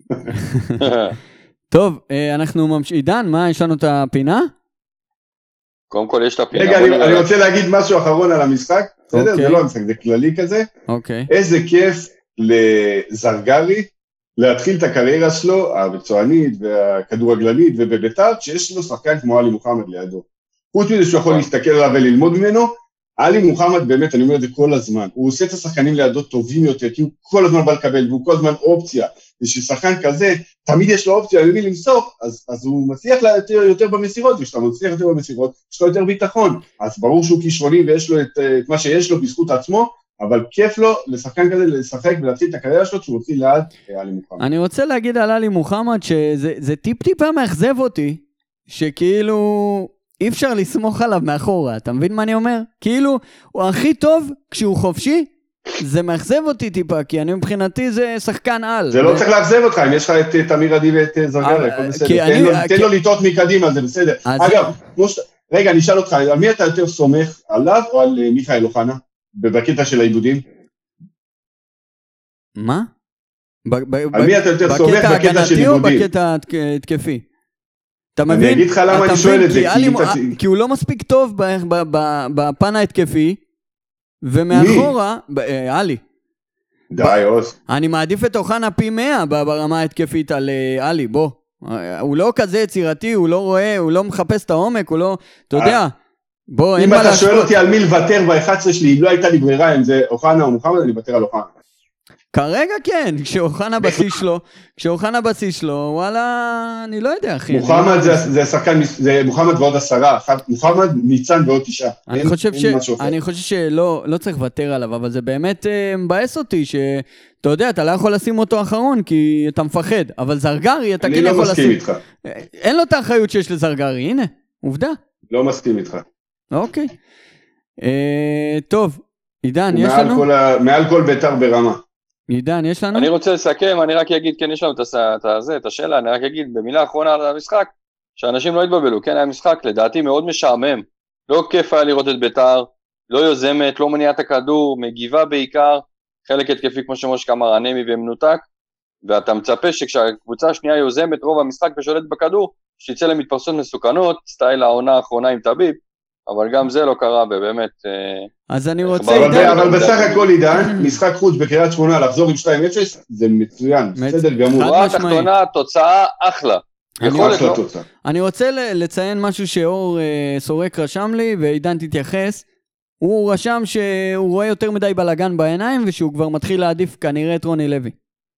טוב, אנחנו ממשיכים. עידן, מה, יש לנו את הפינה? קודם כל יש את הפינה. רגע, אני רוצה להגיד משהו אחרון על המשחק. בסדר? זה לא המשחק, זה כללי כזה. איזה כיף לזרגרי להתחיל את הקריירה שלו, הביצוענית והכדורגלנית ובביתר, שיש לו שחקן כמו עלי מוחמד לידו. חוץ מזה שהוא יכול להסתכל עליו וללמוד ממנו, עלי מוחמד באמת, אני אומר את זה כל הזמן, הוא עושה את השחקנים לידו טובים יותר, כי הוא כל הזמן בא לקבל, והוא כל הזמן אופציה, וששחקן כזה, תמיד יש לו אופציה למי למסור, אז הוא מצליח יותר במסירות, וכשאתה מצליח יותר במסירות, יש לו יותר ביטחון, אז ברור שהוא כישרוני ויש לו את מה שיש לו בזכות עצמו, אבל כיף לו לשחקן כזה לשחק ולהתחיל את הקריירה שלו, שהוא הוציא ליד עלי מוחמד. אני רוצה להגיד על עלי מוחמד, שזה טיפה מאכזב אותי, שכאילו אי אפשר לסמוך עליו מאחורה, אתה מבין מה אני אומר? כאילו, הוא הכי טוב כשהוא חופשי, זה מאכזב אותי טיפה, כי אני מבחינתי זה שחקן על. זה לא צריך לאכזב אותך, אם יש לך את תמיר עדי ואת זרגרי, הכל בסדר. תן לו לטעות מקדימה, זה בסדר. אגב, רגע, אני אשאל אותך, על מי אתה יותר סומך, עליו או על מיכאל אוחנה, בקטע של העיבודים? מה? על מי אתה יותר סומך בקטע של עיבודים? או בקטע התקפי? אתה מבין? אני אגיד לך למה אני שואל את זה. כי הוא לא מספיק טוב בפן ההתקפי, ומאחורה, עלי. די, עוז. אני מעדיף את אוחנה פי 100 ברמה ההתקפית על עלי, בוא. הוא לא כזה יצירתי, הוא לא רואה, הוא לא מחפש את העומק, הוא לא, אתה יודע, בוא, אין מה להשוות. אם אתה שואל אותי על מי לוותר ב-11 שלי, אם לא הייתה לי ברירה, אם זה אוחנה או מוחמד, אני אוותר על אוחנה. כרגע כן, כשאוחנה בשיא שלו, וואלה, אני לא יודע, אחי. מוחמד זה שחקן, זה מוחמד ועוד 10, מוחמד ניצן ועוד 9. אני חושב שלא צריך לוותר עליו, אבל זה באמת מבאס אותי, שאתה יודע, אתה לא יכול לשים אותו אחרון, כי אתה מפחד, אבל זרגרי, אתה כן יכול לשים. אני לא מסכים איתך. אין לו את האחריות שיש לזרגרי, הנה, עובדה. לא מסכים איתך. אוקיי. טוב, עידן, יש לנו? מעל כל ביתר ברמה. עידן, יש לנו? אני רוצה לסכם, אני רק אגיד, כן, יש לנו את השאלה, אני רק אגיד במילה האחרונה על המשחק, שאנשים לא התבלבלו, כן, היה משחק לדעתי מאוד משעמם, לא כיף היה לראות את ביתר, לא יוזמת, לא מניעת הכדור, מגיבה בעיקר, חלק התקפי כמו שמושק אמר, אנמי ומנותק, ואתה מצפה שכשהקבוצה השנייה יוזמת רוב המשחק ושולט בכדור, שיצא למתפרסות מסוכנות, סטייל העונה האחרונה עם טביב, אבל גם זה לא קרה, ובאמת... אז אני רוצה... אבל בסך הכל עידן, משחק חוץ בקריית שמונה, לחזור עם 2-0, זה מצוין, בסדר גמור. שורה התחתונה, תוצאה אחלה. אני רוצה לציין משהו שאור סורק רשם לי, ועידן תתייחס. הוא רשם שהוא רואה יותר מדי בלגן בעיניים, ושהוא כבר מתחיל להעדיף כנראה את רוני לוי.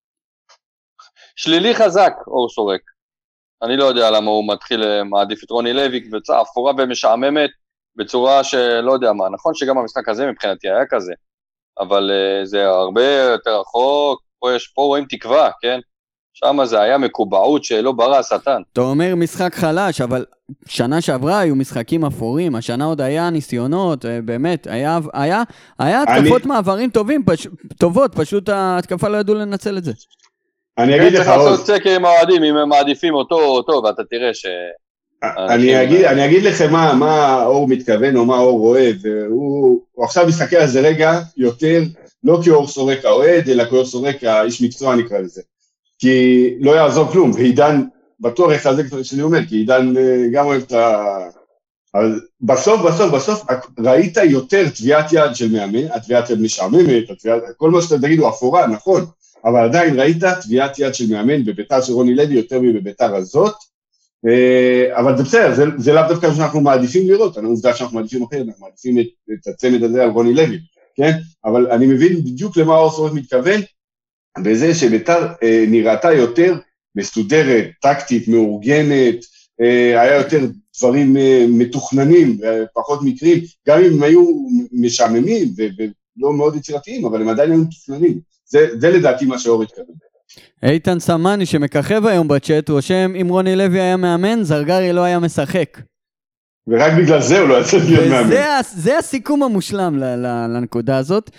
שלילי חזק, אור סורק. אני לא יודע למה הוא מתחיל מעדיף את רוני לוי, קבוצה אפורה ומשעממת, בצורה שלא יודע מה. נכון שגם המשחק הזה מבחינתי היה כזה, אבל זה הרבה יותר רחוק, פה רואים תקווה, כן? שם זה היה מקובעות שלא ברא השטן. אתה אומר משחק חלש, אבל שנה שעברה היו משחקים אפורים, השנה עוד היה ניסיונות, באמת, היה התקפות מעברים טובות, פשוט ההתקפה לא ידעו לנצל את זה. אני אגיד לך עוד. צריך לעשות סקר עם האוהדים, אם הם מעדיפים אותו, ואתה תראה ש... אני אגיד לכם מה אור מתכוון, או מה אור רואה, והוא עכשיו מסתכל על זה רגע יותר, לא כאור סורק האוהד, אלא כאור סורק האיש מקצוע נקרא לזה. כי לא יעזור כלום, ועידן בטוח יחזק את שאני אומר, כי עידן גם אוהב את ה... אבל בסוף ראית יותר תביעת יד של מאמן, התביעת יד משעממת, כל מה שאתה תגיד הוא אפורה, נכון, אבל עדיין ראית תביעת יד של מאמן בביתר של רוני לוי יותר מבביתר הזאת, אבל זה בסדר, זה לאו דווקא שאנחנו מעדיפים לראות, אני עובדה שאנחנו מעדיפים אחרת, אנחנו מעדיפים את הצמד הזה על רוני לוי, כן? אבל אני מבין בדיוק למה אור סורק מתכוון, בזה שביתר נראתה יותר מסודרת, טקטית, מאורגנת, היה יותר דברים מתוכננים, פחות מקרים, גם אם הם היו משעממים ולא מאוד יצירתיים, אבל הם עדיין היו מתוכננים. זה לדעתי מה שאור התכוון. איתן סמני שמככב היום בצ'אט, רושם, אם רוני לוי היה מאמן, זרגרי לא היה משחק. ורק בגלל זה הוא לא יצא להיות מאמן. זה הסיכום המושלם לנקודה הזאת.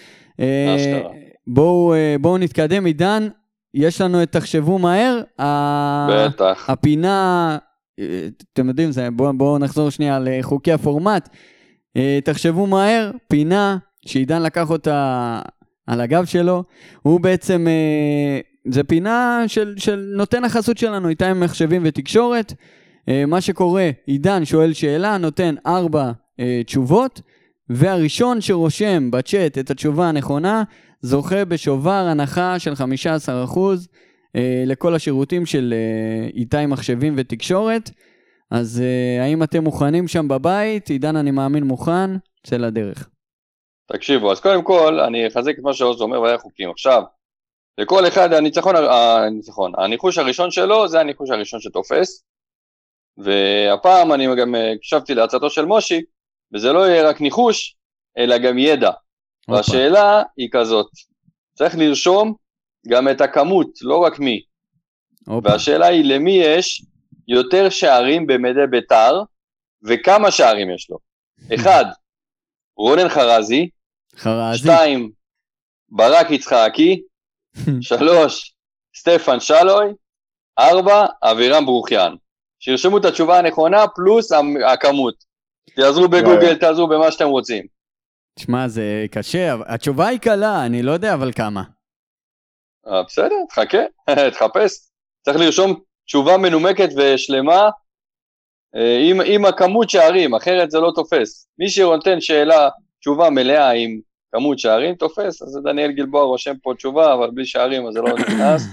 בואו נתקדם, עידן, יש לנו את תחשבו מהר, בטח. הפינה, אתם יודעים, בואו נחזור שנייה לחוקי הפורמט, תחשבו מהר, פינה שעידן לקח אותה על הגב שלו, הוא בעצם, זה פינה של נותן החסות שלנו, איתה עם מחשבים ותקשורת, מה שקורה, עידן שואל שאלה, נותן 4 תשובות, והראשון שרושם בצ'אט את התשובה הנכונה, זוכה בשובר הנחה של 15% לכל השירותים של איתי מחשבים ותקשורת. אז האם אתם מוכנים שם בבית? עידן אני מאמין מוכן, צא לדרך. תקשיבו, אז קודם כל אני אחזק את מה שעוז אומר והיה חוקים. עכשיו, לכל אחד הניחוש הראשון שלו זה הניחוש הראשון שתופס, והפעם אני גם הקשבתי להצעתו של מושי, וזה לא יהיה רק ניחוש, אלא גם ידע. והשאלה היא כזאת, צריך לרשום גם את הכמות, לא רק מי. והשאלה היא למי יש יותר שערים במדי ביתר, וכמה שערים יש לו. 1, רונן חרזי. 2, ברק יצחקי. 3, סטפן שלוי. 4, אבירם ברוכיאן. שירשמו את התשובה הנכונה פלוס הכמות. תעזרו בגוגל, תעזרו במה שאתם רוצים. תשמע, זה קשה, התשובה היא קלה, אני לא יודע אבל כמה. בסדר, תחכה, תחפש. צריך לרשום תשובה מנומקת ושלמה, עם הכמות שערים, אחרת זה לא תופס. מי שנותן שאלה, תשובה מלאה עם כמות שערים, תופס, אז דניאל גלבוע רושם פה תשובה, אבל בלי שערים, אז זה לא נכנס.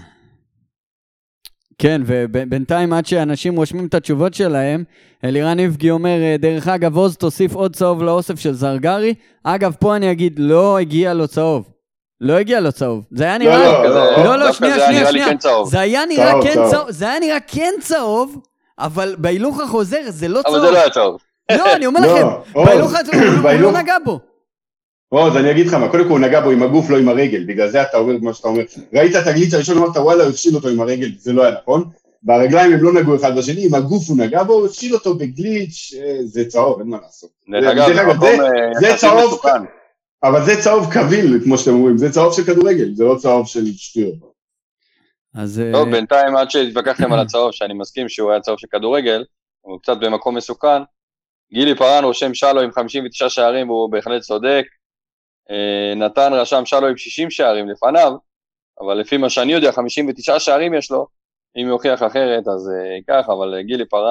כן, ובינתיים עד שאנשים רושמים את התשובות שלהם, אלירן איבגי אומר, דרך אגב, עוז תוסיף עוד צהוב לאוסף של זרגרי. אגב, פה אני אגיד, לא הגיע לו צהוב. לא הגיע לו צהוב. זה היה נראה... לא, שנייה. זה היה נראה כן צהוב, אבל בהילוך החוזר זה לא צהוב. אבל זה לא היה צהוב. לא, אני אומר לכם, בהילוך הוא לא נגע בו. אז אני אגיד לך מה, קודם כל הוא נגע בו עם הגוף, לא עם הרגל, בגלל זה אתה אומר מה שאתה אומר. ראית את הגליץ' הראשון, אמרת וואלה, הוא הפשיל אותו עם הרגל, זה לא היה נכון. ברגליים הם לא נגעו אחד בשני, עם הגוף הוא נגע בו, הוא הפשיל אותו בגליץ', זה צהוב, אין מה לעשות. זה צהוב, אבל זה צהוב קביל, כמו שאתם אומרים, זה צהוב של כדורגל, זה לא צהוב של שטויות. טוב, בינתיים עד שהתווכחתם על הצהוב, שאני מסכים שהוא היה צהוב של כדורגל, הוא קצת במקום מסוכן. גילי פרן רושם שלו עם 59 שערים, והוא בהחלט צודק. נתן רשם שלו עם 60 שערים לפניו, אבל לפי מה שאני יודע, 59 שערים יש לו, אם יוכיח אחרת אז ייקח, אבל גילי פרן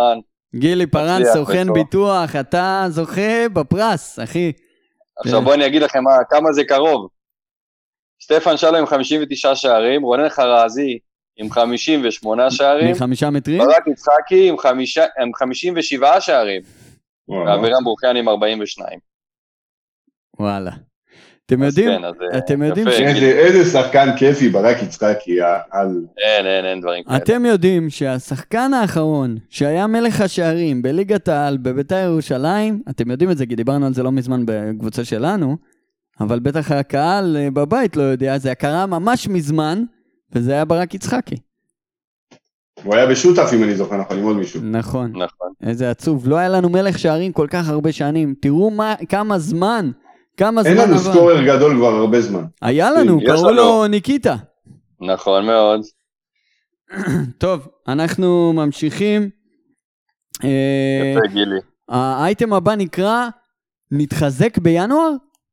גילי פרן, מצליח, סוכן בטוח. ביטוח, אתה זוכה בפרס, אחי. עכשיו בואו אני אגיד לכם כמה זה קרוב. סטפן שלו עם 59 שערים, רונן חרזי עם 58 שערים, מ5 מטרים? ברק יצחקי עם 57 שערים, ואבירם ברוכיאן עם 42. וואלה. אתם יודעים, כן, אתם יודעים איזה שחקן כיפי, ברק יצחקי, אין דברים כאלה. אתם יודעים שהשחקן האחרון שהיה מלך השערים בליגת העל בבית"ר ירושלים, אתם יודעים את זה כי דיברנו על זה לא מזמן בקבוצה שלנו, אבל בטח הקהל בבית לא יודע, זה קרה ממש מזמן, וזה היה ברק יצחקי. הוא היה בשותף אם אני זוכר, נכון, עם עוד מישהו. נכון. איזה עצוב, לא היה לנו מלך שערים כל כך הרבה שנים, תראו כמה זמן אין לנו סקורר גדול כבר הרבה זמן. היה לנו, קראו לו ניקיטה. נכון מאוד. טוב, אנחנו ממשיכים. יפה גילי. האייטם הבא נקרא נתחזק בינואר?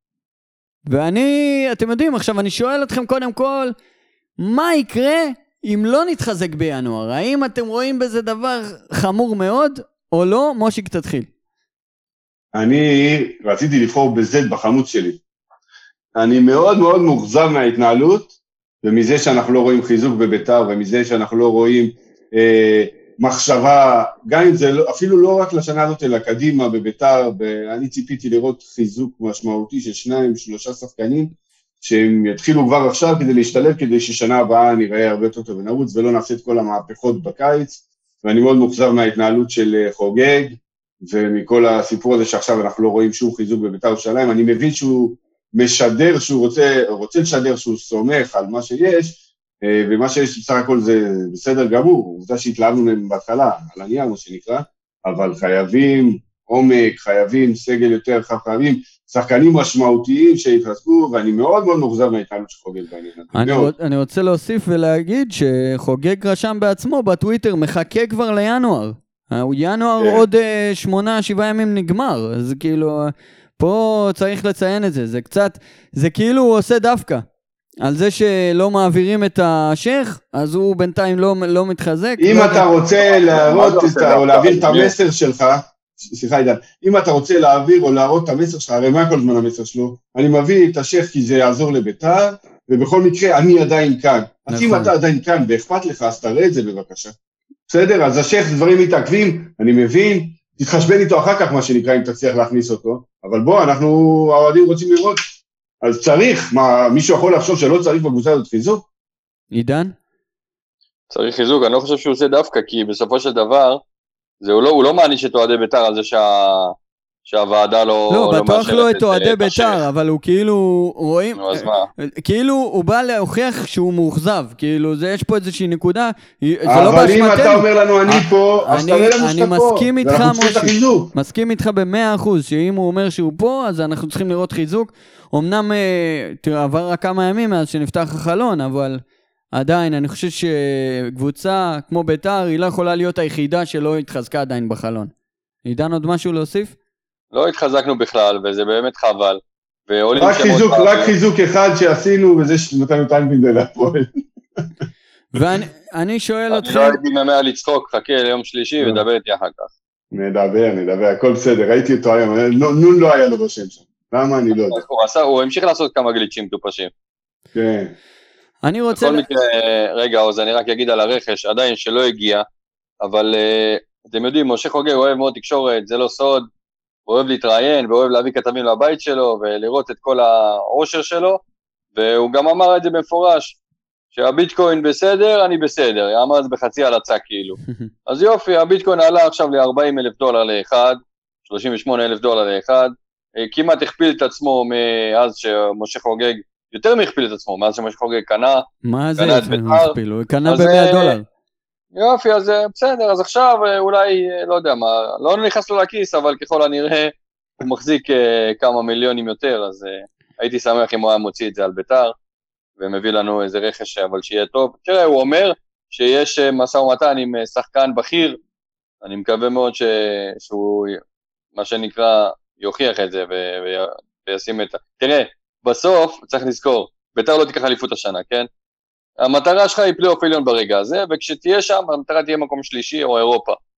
ואני, אתם יודעים, עכשיו אני שואל אתכם קודם כל, מה יקרה אם לא נתחזק בינואר? האם אתם רואים בזה דבר חמור מאוד או לא? מושיק תתחיל. אני רציתי לבחור בזד בחמוץ שלי. אני מאוד מאוד מוחזר מההתנהלות, ומזה שאנחנו לא רואים חיזוק בביתר, ומזה שאנחנו לא רואים מחשבה, גם אם זה אפילו לא רק לשנה הזאת, אלא קדימה בביתר, אני ציפיתי לראות חיזוק משמעותי של 2-3 שחקנים, שהם יתחילו כבר עכשיו כדי להשתלב, כדי ששנה הבאה נראה הרבה יותר טוב ונרוץ, ולא נעשה את כל המהפכות בקיץ, ואני מאוד מוחזר מההתנהלות של חוגג, ומכל הסיפור הזה שעכשיו אנחנו לא רואים שום חיזוק בביתר ירושלים, אני מבין שהוא משדר, שהוא רוצה לשדר שהוא סומך על מה שיש, ומה שיש בסך הכל זה בסדר גמור, עובדה שהתלהבנו להם בהתחלה, על הנייר מה שנקרא, אבל חייבים עומק, חייבים סגל יותר רחב, חייבים שחקנים משמעותיים שהתחזקו, ואני מאוד מאוד מוחזר מההתנהלות של חוגג בעניין. אני רוצה להוסיף ולהגיד שחוגג רשם בעצמו בטוויטר, מחכה כבר לינואר. ינואר עוד 8-7 ימים נגמר, אז כאילו, פה צריך לציין את זה, זה קצת, זה כאילו הוא עושה דווקא, על זה שלא מעבירים את השייך, אז הוא בינתיים לא מתחזק. אם אתה רוצה להראות או להעביר את המסר שלך, סליחה עידן, אם אתה רוצה להעביר או להראות את המסר שלך, הרי מה כל זמן המסר שלו? אני מביא את השייך כי זה יעזור לביתר, ובכל מקרה אני עדיין כאן. אז אם אתה עדיין כאן ואכפת לך, אז תראה את זה בבקשה. בסדר, אז השייך דברים מתעכבים, אני מבין, תתחשבן איתו אחר כך מה שנקרא אם תצליח להכניס אותו, אבל בוא, אנחנו האוהדים רוצים לראות, אז צריך, מה, מישהו יכול לחשוב שלא צריך בקבוצה הזאת חיזוק? עידן? צריך חיזוק, אני לא חושב שהוא עושה דווקא, כי בסופו של דבר, הוא לא מעניש את אוהדי ביתר על זה שהוועדה לא בטוח לא את אוהדי ביתר, אבל הוא כאילו רואים, כאילו הוא בא להוכיח שהוא מאוכזב, כאילו יש פה איזושהי נקודה, אבל אם אתה אומר לנו אני פה, אז תראה לנו שאתה פה, ואנחנו צריכים את החיזוק. מסכים איתך ב100%, שאם הוא אומר שהוא פה, אז אנחנו צריכים לראות חיזוק, אמנם עבר רק כמה ימים מאז שנפתח החלון, אבל עדיין אני חושב שקבוצה כמו ביתר, היא לא יכולה להיות היחידה שלא התחזקה עדיין בחלון. עידן עוד משהו להוסיף? לא התחזקנו בכלל, וזה באמת חבל. רק חיזוק אחד שעשינו, וזה שנתנו טנקינג להפועל. ואני שואל אתכם... אני לא הייתי ממאה לצחוק, חכה ליום שלישי ודבר איתי אחר כך. נדבר, הכל בסדר, ראיתי אותו היום, נון לא היה לו בשם שם. למה אני לא יודע. הוא המשיך לעשות כמה גליצ'ים טופשים. כן. אני רוצה... בכל מקרה, רגע, אז אני רק אגיד על הרכש, עדיין שלא הגיע, אבל אתם יודעים, משה חוגג אוהב מאוד תקשורת, זה לא סוד, הוא אוהב להתראיין, ואוהב להביא כתבים לבית שלו, ולראות את כל העושר שלו, והוא גם אמר את זה במפורש, שהביטקוין בסדר, אני בסדר, אמר את זה בחצי הלצה כאילו. אז יופי, הביטקוין עלה עכשיו $40,000 לאחד, $38,000 לאחד, כמעט הכפיל את עצמו מאז שמשה חוגג, יותר מהכפיל את עצמו, מאז שמשה חוגג קנה, מה זה הכפיל? הוא קנה ב$100. יופי, אז בסדר, אז עכשיו אולי, לא יודע מה, לא נכנס לו לכיס, אבל ככל הנראה הוא מחזיק כמה מיליונים יותר, אז הייתי שמח אם הוא היה מוציא את זה על ביתר, ומביא לנו איזה רכש, אבל שיהיה טוב. תראה, הוא אומר שיש משא ומתן עם שחקן בכיר, אני מקווה מאוד שהוא, מה שנקרא, יוכיח את זה וישים את... תראה, בסוף צריך לזכור, ביתר לא תיקח אליפות השנה, כן? המטרה שלך היא פלייאוף עליון ברגע הזה, וכשתהיה שם, המטרה תהיה מקום שלישי או אירופה.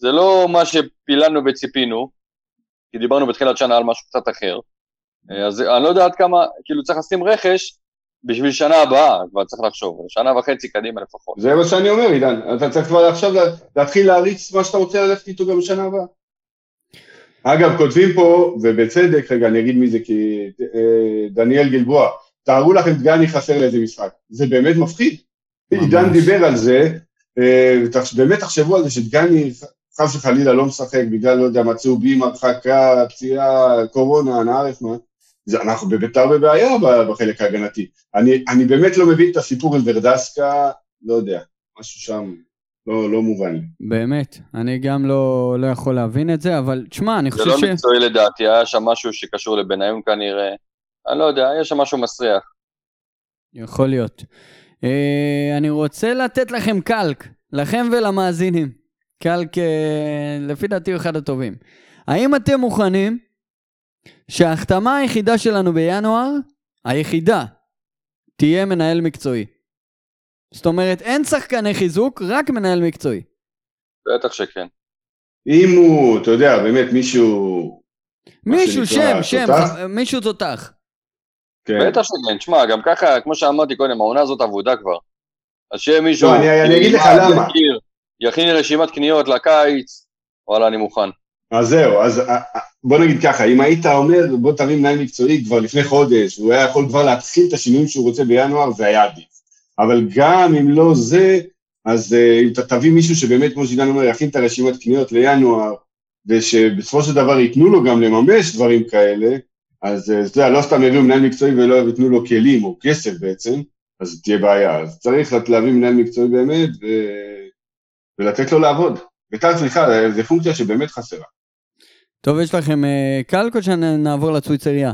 זה לא מה שפיללנו וציפינו, כי דיברנו בתחילת שנה על משהו קצת אחר, אז אני לא יודע עד כמה, כאילו צריך לשים רכש בשביל שנה הבאה, כבר צריך לחשוב, שנה וחצי קדימה לפחות. זה מה שאני אומר, עידן, אתה צריך כבר עכשיו להתחיל להריץ מה שאתה רוצה ללכת איתו גם בשנה הבאה. אגב, כותבים פה, ובצדק, רגע, אני אגיד מי זה, כי דניאל גלבוע, תארו לכם דגני חסר לאיזה משחק, זה באמת מפחיד. עידן דיבר על זה, באמת תחשבו על זה שדגני חס וחלילה לא משחק, בגלל, לא יודע, מצאו בי, הרחקה, פציעה, קורונה, נערף, מה? אנחנו בביתר בבעיה בחלק ההגנתי. אני באמת לא מבין את הסיפור על ורדסקה, לא יודע, משהו שם לא מובן לי. באמת, אני גם לא יכול להבין את זה, אבל תשמע, אני חושב זה לא מקצועי לדעתי, היה שם משהו שקשור לבניון כנראה, אני לא יודע, היה שם משהו מסריח. יכול להיות. אני רוצה לתת לכם קלק, לכם ולמאזינים. קלק, לפי דעתי, הוא אחד הטובים. האם אתם מוכנים שההחתמה היחידה שלנו בינואר, היחידה, תהיה מנהל מקצועי? זאת אומרת, אין שחקני חיזוק, רק מנהל מקצועי. בטח שכן. אם הוא, אתה יודע, באמת מישהו מישהו תותח. כן. בטח שכן, תשמע, גם ככה, כמו שאמרתי קודם, העונה הזאת עבודה כבר. אז שיהיה מישהו... לא, אני אגיד לך למה. יכין רשימת קניות לקיץ, וואלה, אני מוכן. אז זהו, אז בוא נגיד ככה, אם היית אומר, בוא תביא מנהל מקצועי כבר לפני חודש, הוא היה יכול כבר להתחיל את השינויים שהוא רוצה בינואר, זה היה עדיף. אבל גם אם לא זה, אז אם אתה תביא מישהו שבאמת, כמו שעידן אומר, יכין את הרשימת קניות לינואר, ושבסופו של דבר ייתנו לו גם לממש דברים כאלה, אז זה לא סתם יביאו מנהל מקצועי ולא ייתנו לו כלים או כסף בעצם, אז תהיה בעיה. אז צריך להביא מנהל מקצועי באמת, ולתת לו לעבוד. וכך סליחה, זה פונקציה שבאמת חסרה. טוב, יש לכם קלק או שנעבור לצוויצריה?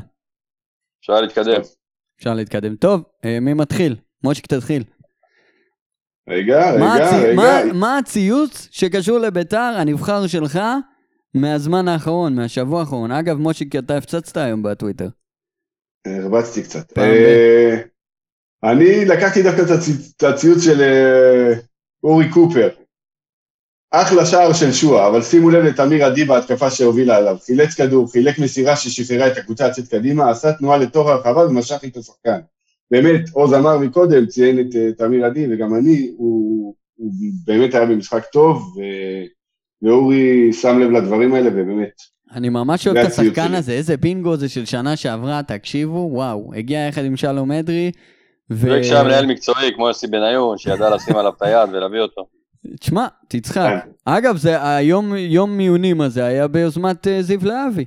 אפשר להתקדם. טוב, מי מתחיל? מושיק תתחיל. רגע. מה הציוץ שקשור לביתר, הנבחר שלך, מהזמן האחרון, מהשבוע האחרון? אגב, מושיק, אתה הפצצת היום בטוויטר. הרבצתי קצת. אני לקחתי דווקא את הציוץ של אורי קופר. אחלה שער של שואה, אבל שימו לב לתמיר עדי בהתקפה שהובילה עליו. חילץ כדור, חילק מסירה ששחררה את הקבוצה הצאת קדימה, עשה תנועה לתוך הרחבה ומשך את השחקן. באמת, עוז אמר מקודם, ציין את תמיר עדי, וגם אני, הוא באמת היה במשחק טוב, ואורי שם לב לדברים האלה, ובאמת. אני ממש אוהב את השחקן הזה, איזה בינגו זה של שנה שעברה, תקשיבו, וואו, הגיע יחד עם שלום אדרי, וכשהיה מנהל מקצועי, כמו יוסי בניון, שידע לשים עליו את היד ולהביא אותו. תשמע, תצחק. אגב, זה היום מיונים הזה היה ביוזמת זיו להבי.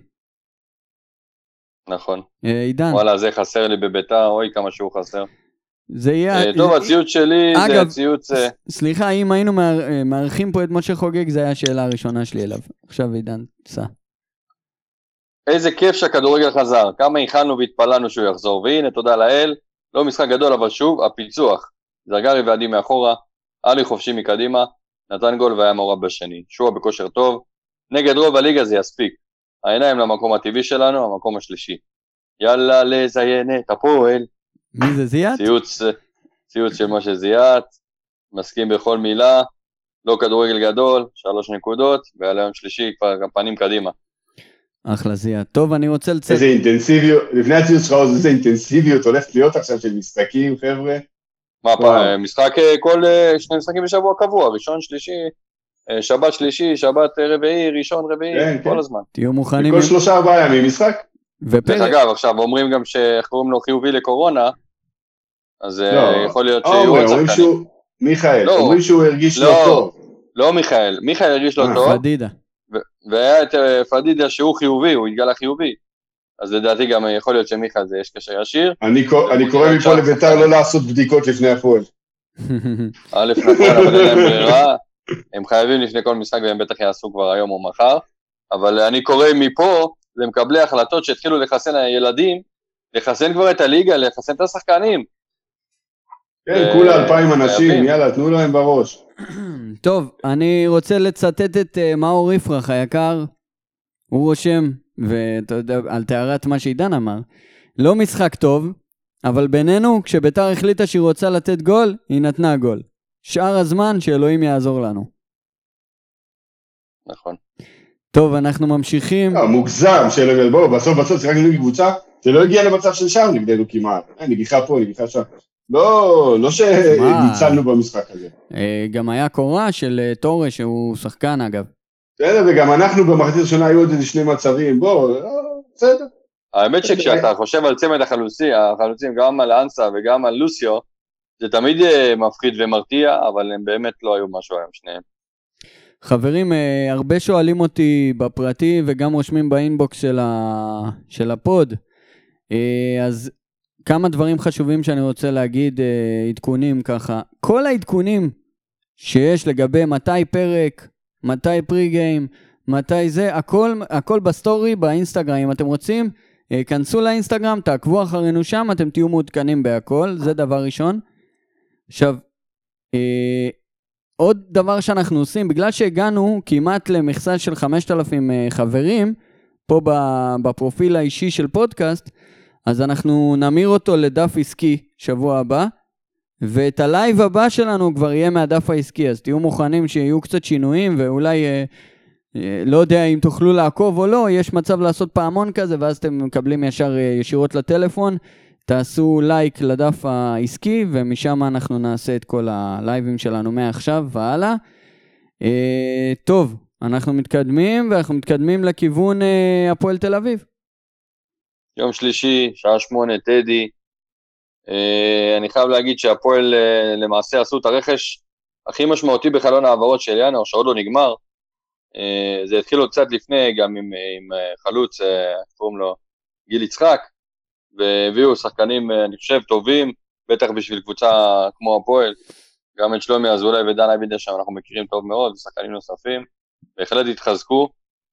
נכון. עידן. וואלה, זה חסר לי בביתר, אוי כמה שהוא חסר. זה יהיה... טוב, הציוץ שלי זה הציוץ... סליחה, אם היינו מארחים פה את משה חוגג, זה היה השאלה הראשונה שלי אליו. עכשיו עידן, סע. איזה כיף שהכדורגל חזר. כמה הכנו והתפללנו שהוא יחזור. והנה, תודה לאל, לא משחק גדול, אבל שוב, הפיצוח. זרגרי ועדי מאחורה, עלי חופשי מקדימה, נתן גול והיה מעורב בשני. שועה בכושר טוב. נגד רוב הליגה זה יספיק. העיניים למקום הטבעי שלנו, המקום השלישי. יאללה, לזיין את הפועל. מי זה, זיית? ציוץ של משה זיית, מסכים בכל מילה, לא כדורגל גדול, 3 נקודות, ועל היום שלישי כבר פנים קדימה. אחלה זיית. טוב, אני רוצה לצאת... איזה אינטנסיביות, לפני הציוץ שלך, איזה אינטנסיביות הולכת להיות עכשיו של משחקים, חבר'ה. מה פעם, משחק כל 2 משחקים בשבוע קבוע, ראשון, שלישי, שבת שלישי, שבת רביעי, ראשון רביעי, כל הזמן. תהיו מוכנים. כל 3-4 ימים משחק. דרך אגב, עכשיו אומרים גם שקוראים לו חיובי לקורונה, אז יכול להיות שיהיו עוד שחקנים. מיכאל, אומרים שהוא הרגיש לא טוב. לא מיכאל הרגיש לא טוב. פדידה. והיה את פדידה שהוא חיובי, הוא התגלה חיובי. אז לדעתי גם יכול להיות שמיכאל זה יש קשר ישיר. אני קורא מפה לביתר לא לעשות בדיקות לפני הפועל. א' נכון, אבל אין להם ברירה. הם חייבים לפני כל משחק והם בטח יעשו כבר היום או מחר. אבל אני קורא מפה, למקבלי החלטות שהתחילו לחסן הילדים, לחסן כבר את הליגה, לחסן את השחקנים. כן, כולה 2,000 אנשים, יאללה, תנו להם בראש. טוב, אני רוצה לצטט את מאור יפרח היקר, הוא רושם, ואתה יודע, על תארת מה שעידן אמר, לא משחק טוב, אבל בינינו, כשביתר החליטה שהיא רוצה לתת גול, היא נתנה גול. שאר הזמן שאלוהים יעזור לנו. נכון. טוב, אנחנו ממשיכים. מוגזם, בואו, בסוף שיחקנו נגד קבוצה, זה לא הגיע למצב של שם נגדנו כמעט, נגיחה פה, נגיחה שם. לא שניצלנו במשחק הזה. גם היה קורה של טורה, שהוא שחקן אגב. בסדר, וגם אנחנו במחצית הראשונה היו עוד איזה 2 מצבים, בסדר. האמת שכשאתה חושב על צמד החלוצים, גם על אנסה וגם על לוסיו, זה תמיד מפחיד ומרתיע, אבל הם באמת לא היו משהו היום שניהם. חברים, הרבה שואלים אותי בפרטי וגם רושמים באינבוקס של הפוד, אז כמה דברים חשובים שאני רוצה להגיד, עדכונים ככה. כל העדכונים שיש לגבי מתי פרק, מתי פרי-גיים, מתי זה, הכל בסטורי, באינסטגרם. אם אתם רוצים, כנסו לאינסטגרם, תעקבו אחרינו שם, אתם תהיו מעודכנים בהכל, זה דבר ראשון. עכשיו, עוד דבר שאנחנו עושים, בגלל שהגענו כמעט למכסה של 5,000 חברים, פה בפרופיל האישי של פודקאסט, אז אנחנו נמיר אותו לדף עסקי שבוע הבא, ואת הלייב הבא שלנו כבר יהיה מהדף העסקי, אז תהיו מוכנים שיהיו קצת שינויים, ואולי לא יודע אם תוכלו לעקוב או לא, יש מצב לעשות פעמון כזה, ואז אתם מקבלים ישירות לטלפון, תעשו לייק לדף העסקי, ומשם אנחנו נעשה את כל הלייבים שלנו מעכשיו והלאה. טוב, אנחנו מתקדמים, ואנחנו מתקדמים לכיוון הפועל תל אביב. יום שלישי, שעה 8, טדי. אני חייב להגיד שהפועל למעשה עשו את הרכש הכי משמעותי בחלון העברות של ינואר, שעוד לא נגמר. זה התחיל עוד קצת לפני, גם עם חלוץ, קוראים לו גיל יצחק, והביאו שחקנים, אני חושב, טובים, בטח בשביל קבוצה כמו הפועל, גם את שלומי אזולאי ודן אייבינדר שם אנחנו מכירים טוב מאוד, ושחקנים נוספים, בהחלט התחזקו,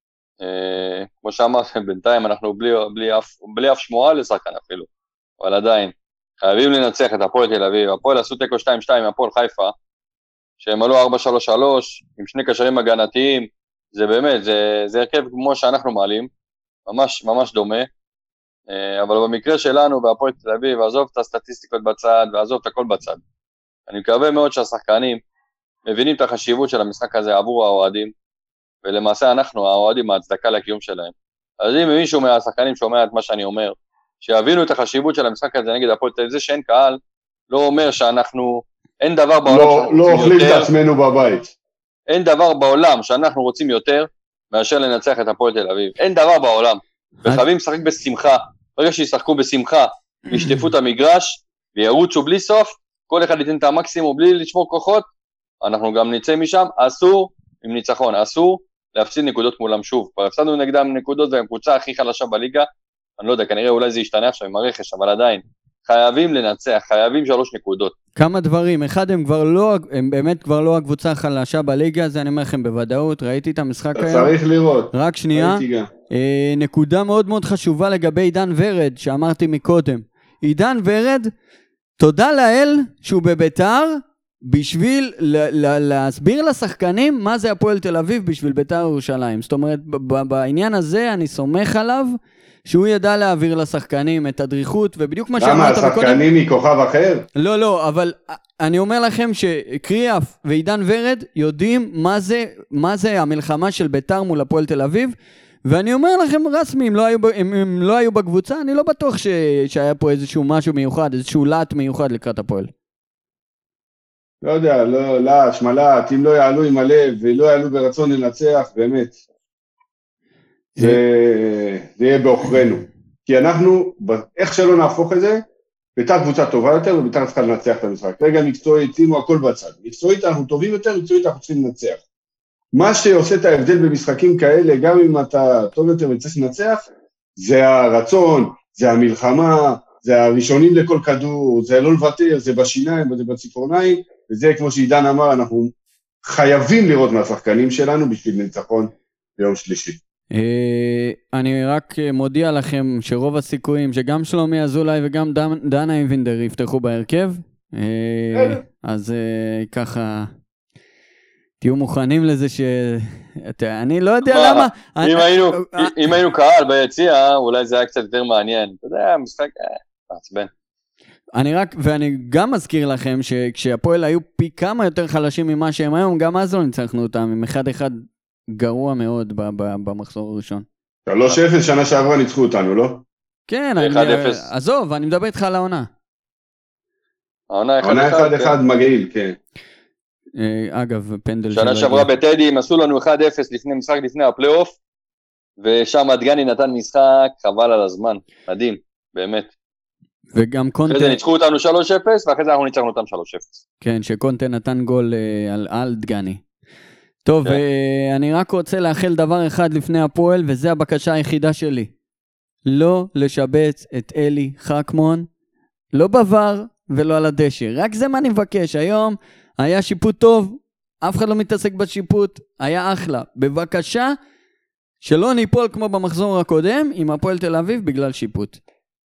כמו שאמרתם, בינתיים אנחנו בלי אף שמועה לשחקן אפילו, אבל עדיין, חייבים לנצח את הפועל תל אביב, הפועל עשו תיקו 2-2 מהפועל חיפה, שהם עלו 4-3-3, עם 2 קשרים הגנתיים, זה באמת, זה הרכב כמו שאנחנו מעלים, ממש ממש דומה, אבל במקרה שלנו, בהפועל תל אביב, עזוב את הסטטיסטיקות בצד, ועזוב את הכל בצד. אני מקווה מאוד שהשחקנים מבינים את החשיבות של המשחק הזה עבור האוהדים, ולמעשה אנחנו, האוהדים, ההצדקה לקיום שלהם. אז אם מישהו מהשחקנים שומע את מה שאני אומר, שיבינו את החשיבות של המשחק הזה נגד הפועל תל אביב, זה שאין קהל, לא אומר שאנחנו, אין דבר בעולם לא אוכלים את עצמנו בבית. אין דבר בעולם שאנחנו רוצים יותר, מאשר לנצח את הפועל תל אביב. אין דבר בעולם. וחייבים לשחק בשמחה. ברגע שישחקו בשמחה, וישטפו את המגרש, וירוצו בלי סוף, כל אחד ייתן את המקסימום בלי לשמור כוחות, אנחנו גם נצא משם, אסור, עם ניצחון, אסור להפסיד נקודות מולם שוב. כבר הפסדנו נגדם נקודות, והם קבוצה הכי חלשה בליגה, אני לא יודע, כנראה אולי זה ישתנה עכשיו עם הרכש, אבל עדיין, חייבים לנצח, חייבים 3 נקודות. כמה דברים, אחד הם באמת כבר לא הקבוצה החלשה בליגה, זה אני אומר לכם בוודאות, ראיתי את המשחק היום. צריך לראות. רק שנייה, נקודה מאוד מאוד חשובה לגבי עידן ורד, שאמרתי מקודם. עידן ורד, תודה לאל שהוא בביתר, בשביל להסביר לשחקנים מה זה הפועל תל אביב בשביל ביתר ירושלים. זאת אומרת, בעניין הזה אני סומך עליו, שהוא ידע להעביר לשחקנים את הדריכות, ובדיוק מה שאמרת מקודם... למה, השחקנים מכוכב אחר? לא, אבל אני אומר לכם שקריאף ועידן ורד יודעים מה זה המלחמה של ביתר מול הפועל תל אביב, ואני אומר לכם רסמי, אם לא היו בקבוצה, אני לא בטוח שהיה פה איזשהו משהו מיוחד, איזשהו לעת מיוחד לקראת הפועל. לא יודע, שמלת, אם לא יעלו עם הלב, ולא יעלו ברצון לנצח, באמת. זה יהיה באוכרנו. כי אנחנו, איך שלא נהפוך את זה, ביתר קבוצה טובה יותר, וביתר צריכה לנצח את המשחק. רגע מקצועית, שימו הכל בצד. מקצועית אנחנו טובים יותר, מקצועית אנחנו צריכים לנצח. מה שעושה את ההבדל במשחקים כאלה, גם אם אתה טוב יותר וצריך לנצח, זה הרצון, זה המלחמה, זה הראשונים לכל כדור, זה לא לוותר, זה בשיניים, זה בציפורניים, וזה כמו שעידן אמר, אנחנו חייבים לראות מהשחקנים שלנו בשביל ניצחון ביום שלישי. אני רק מודיע לכם שרוב הסיכויים שגם שלומי אזולאי וגם דן אייבינדר יפתחו בהרכב, אז ככה תהיו מוכנים לזה אני לא יודע למה. אם היינו קהל ביציע, אולי זה היה קצת יותר מעניין. אתה יודע, משחק מעצבן. ואני גם מזכיר לכם שכשהפועל היו פי כמה יותר חלשים ממה שהם היום, גם אז לא ניצחנו אותם עם 1-1 גרוע מאוד במחזור הראשון. 3-0 שנה שעברה ניצחו אותנו, לא? כן, 1-0. עזוב, אני מדבר איתך על העונה. העונה 1-1, עונה 1-1 מגעיל, כן. אגב, פנדל שנה שעברה בטדי, הם עשו לנו 1-0 לפני משחק, לפני הפלייאוף, ושם דגני נתן משחק, חבל על הזמן, מדהים, באמת. וגם קונטה... אחרי זה ניצחו אותנו 3-0, ואחרי זה אנחנו ניצחנו אותם 3-0. כן, שקונטה נתן גול על דגני. טוב, אני רק רוצה לאחל דבר אחד לפני הפועל, וזה הבקשה היחידה שלי. לא לשבץ את אלי חכמון, לא בבר ולא על הדשא. רק זה מה אני מבקש. היום היה שיפוט טוב, אף אחד לא מתעסק בשיפוט, היה אחלה. בבקשה, שלא ניפול כמו במחזור הקודם, עם הפועל תל אביב בגלל שיפוט.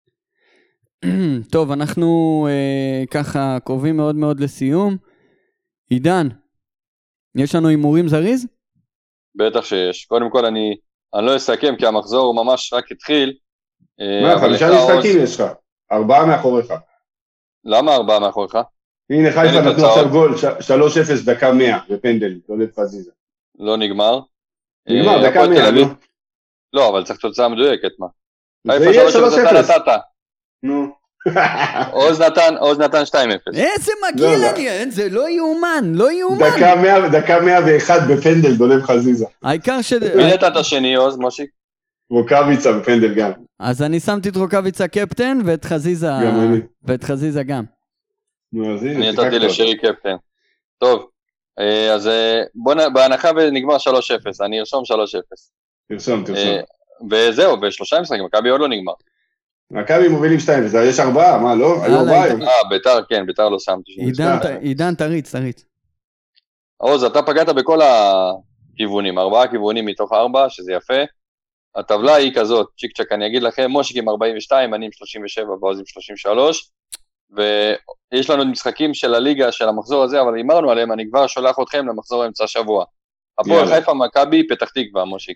טוב, אנחנו ככה קרובים מאוד מאוד לסיום. עידן, יש לנו הימורים זריז? בטח שיש. קודם כל אני לא אסכם, כי המחזור ממש רק התחיל. מה, 5 משחקים יש לך? 4 מאחוריך. למה 4 מאחוריך? הנה חיפה נתנו עכשיו גול, 3-0 דקה 100 בפנדל, לא לפזיזה. לא נגמר. נגמר, דקה 100, לא? לא, אבל צריך תוצאה מדויקת, מה? זה יהיה 3-0. נו. עוז נתן 2-0. איזה מגעיל אני, זה לא יאומן, לא יאומן. דקה 101 בפנדל, דולב חזיזה. העיקר ש... מי נתן את השני, עוז, מושיק? רוקאביצה בפנדל גם. אז אני שמתי את רוקאביצה קפטן, ואת חזיזה... גם אני. ואת חזיזה גם. אני נתתי לשרי קפטן. טוב, אז בהנחה ונגמר 3-0, אני ארשום 3-0. תרשום. וזהו, ב3 משחקים, מכבי עוד לא נגמר. מכבי מובילים 2-0, יש 4, מה לא? היו 4 היום. ביתר, כן, ביתר לא שמתי. עידן, תריץ. עוז, אתה פגעת בכל הכיוונים, 4 כיוונים מתוך 4, שזה יפה. הטבלה היא כזאת, צ'יק צ'ק, אני אגיד לכם, מושיק עם 42, אני עם 37, ועוז עם 33, ויש לנו משחקים של הליגה, של המחזור הזה, אבל אמרנו עליהם, אני כבר שולח אתכם למחזור אמצע שבוע. הפועל חיפה, מכבי, פתח תקווה, מושיק.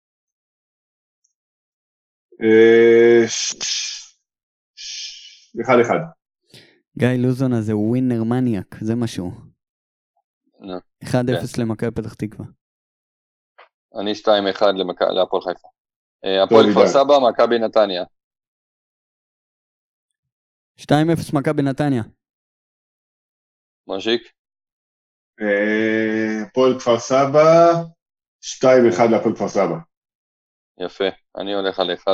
1-1. גיא לוזון הזה הוא ווינר מניאק, זה משהו. 1-0 למכבי פתח תקווה. אני 2-1 להפועל חיפה. הפועל כפר סבא, מכבי נתניה. 2-0 מכבי נתניה. מושיק? הפועל כפר סבא, 2-1 להפועל כפר סבא. יפה, אני הולך על 1-1.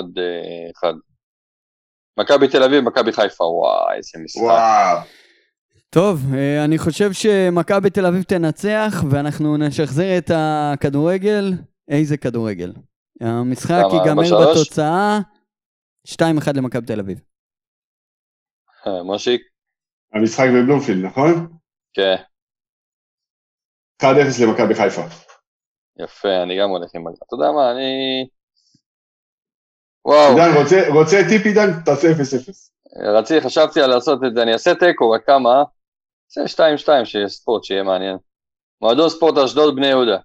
מכבי תל אביב, מכבי חיפה, וואי, איזה משחק. טוב, אני חושב שמכבי תל אביב תנצח, ואנחנו נשחזר את הכדורגל. איזה כדורגל? המשחק ייגמר בתוצאה 2-1 למכבי תל אביב. מושיק? המשחק בבלומפילד, נכון? כן. 1-0 למכבי חיפה. יפה, אני גם הולך עם... אתה יודע מה, אני... וואו. עידן, רוצה טיפ עידן? תעשה 0-0. חשבתי על לעשות את זה, אני אעשה טקו, רק כמה? זה 2-2 שיהיה ספורט, שיהיה מעניין. מועדון ספורט אשדוד בני יהודה.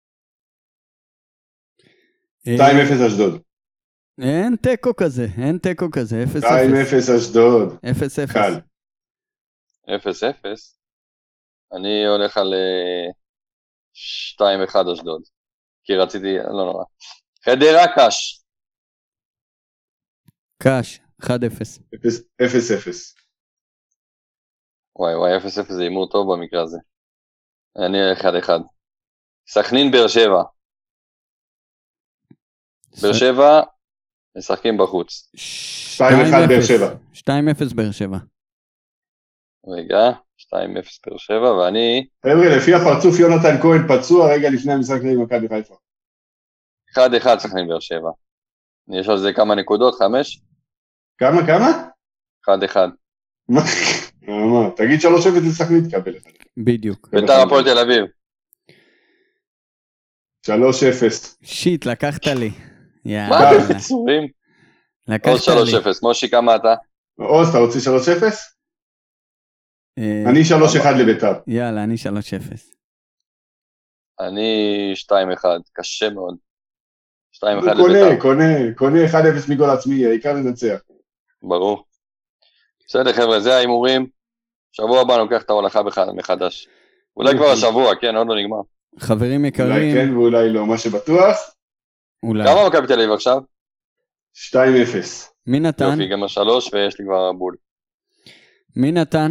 2-0 אשדוד. אין טקו כזה, 0-0. 2-0 אשדוד. 0-0. קל. 0-0. אני הולך על 2-1 אשדוד. כי רציתי, לא נורא. חדרה קש. קש, 1-0. 0-0. וואי, 0-0 זה אימור טוב במקרה הזה. אני 1-1. סכנין באר שבע. באר שבע, משחקים בחוץ. 2-1 באר שבע. 2-0 באר שבע. רגע, 2-0 באר שבע, ואני... חבר'ה, לפי הפרצוף יונתן כהן פצוע רגע לפני המשחק עם מכבי חיפה. 1-1 סכנין באר שבע. יש על זה כמה נקודות, 5? כמה? 1-1. מה? תגיד 3-0 לסכנין תקבל. בדיוק. ביתר הפועל תל אביב. 3-0. שיט, לקחת לי. מה אתם פיצורים? עוד 3-0. מושי, כמה אתה? עוז, אתה רוצה 3-0? אני 3-1 לביתר. יאללה, אני 3-0. אני 2-1, קשה מאוד. 2-1 לביתר. קונה 1-0 מגול עצמי, העיקר לנצח. ברור. בסדר חבר'ה, זה האימורים. שבוע הבא נוקח את ההולכה מחדש. אולי כבר השבוע, כן, עוד לא נגמר. חברים אולי יקרים, כן ואולי לא, מה שבטוח. אולי. כמה מכבי תל אביב עכשיו? 2-0. מי נתן? יופי, גם 3 ויש לי כבר בול. מי נתן?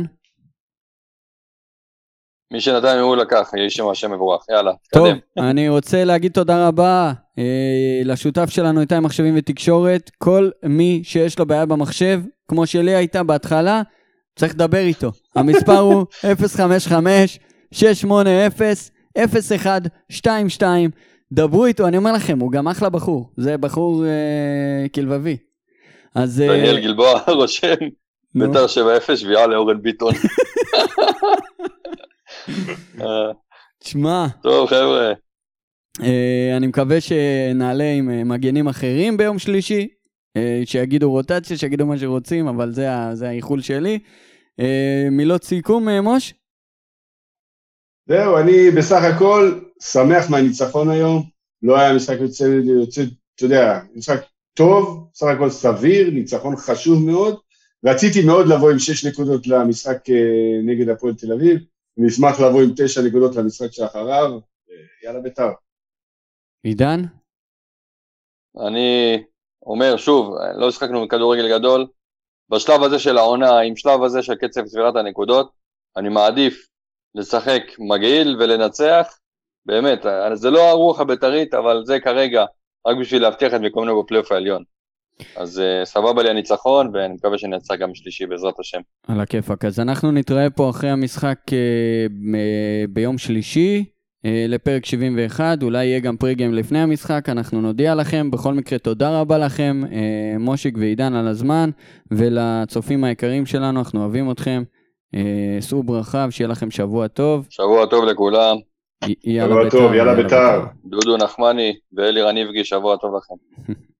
מי שנתן הוא לקח, יש שם השם מבורך, יאללה, טוב, תקדם. אני רוצה להגיד תודה רבה לשותף שלנו איתי מחשבים ותקשורת. כל מי שיש לו בעיה במחשב, כמו שלי הייתה בהתחלה, צריך לדבר איתו. המספר הוא 055-680-0122. דברו איתו, אני אומר לכם, הוא גם אחלה בחור. זה בחור כלבבי. אז... דניאל גלבוע רושם, נו. בית"ר 7-0, שביעה לאורן ביטון. תשמע, טוב חבר'ה, אני מקווה שנעלה עם מגנים אחרים ביום שלישי, שיגידו רוטציה, שיגידו מה שרוצים, אבל זה האיחול שלי. מילות סיכום, מוש? זהו, אני בסך הכל שמח מהניצחון היום. לא היה משחק יוצא, אתה יודע, משחק טוב, בסך הכל סביר, ניצחון חשוב מאוד. רציתי מאוד לבוא עם 6 נקודות למשחק נגד הפועל תל אביב, נשמח לבוא עם 9 נקודות למשחק שאחריו, יאללה בית"ר. עידן? אני אומר שוב, לא שחקנו בכדורגל גדול, בשלב הזה של העונה, עם שלב הזה של קצב ספירת הנקודות, אני מעדיף לשחק מגעיל ולנצח, באמת, זה לא הרוח הבית"רית, אבל זה כרגע רק בשביל להבטיח את מקומנו בפלייאוף העליון. אז סבבה לי הניצחון, ואני מקווה שנצח גם שלישי בעזרת השם. על הכיפק. אז אנחנו נתראה פה אחרי המשחק ביום שלישי, לפרק 71, אולי יהיה גם פריגיים לפני המשחק, אנחנו נודיע לכם. בכל מקרה, תודה רבה לכם, מושיק ועידן על הזמן, ולצופים היקרים שלנו, אנחנו אוהבים אתכם. שאו ברכה, שיהיה לכם שבוע טוב. שבוע טוב לכולם. יאללה שבוע בית"ר, טוב, יאללה בית"ר. דודו נחמני ואלי רניבגי, שבוע טוב לכם.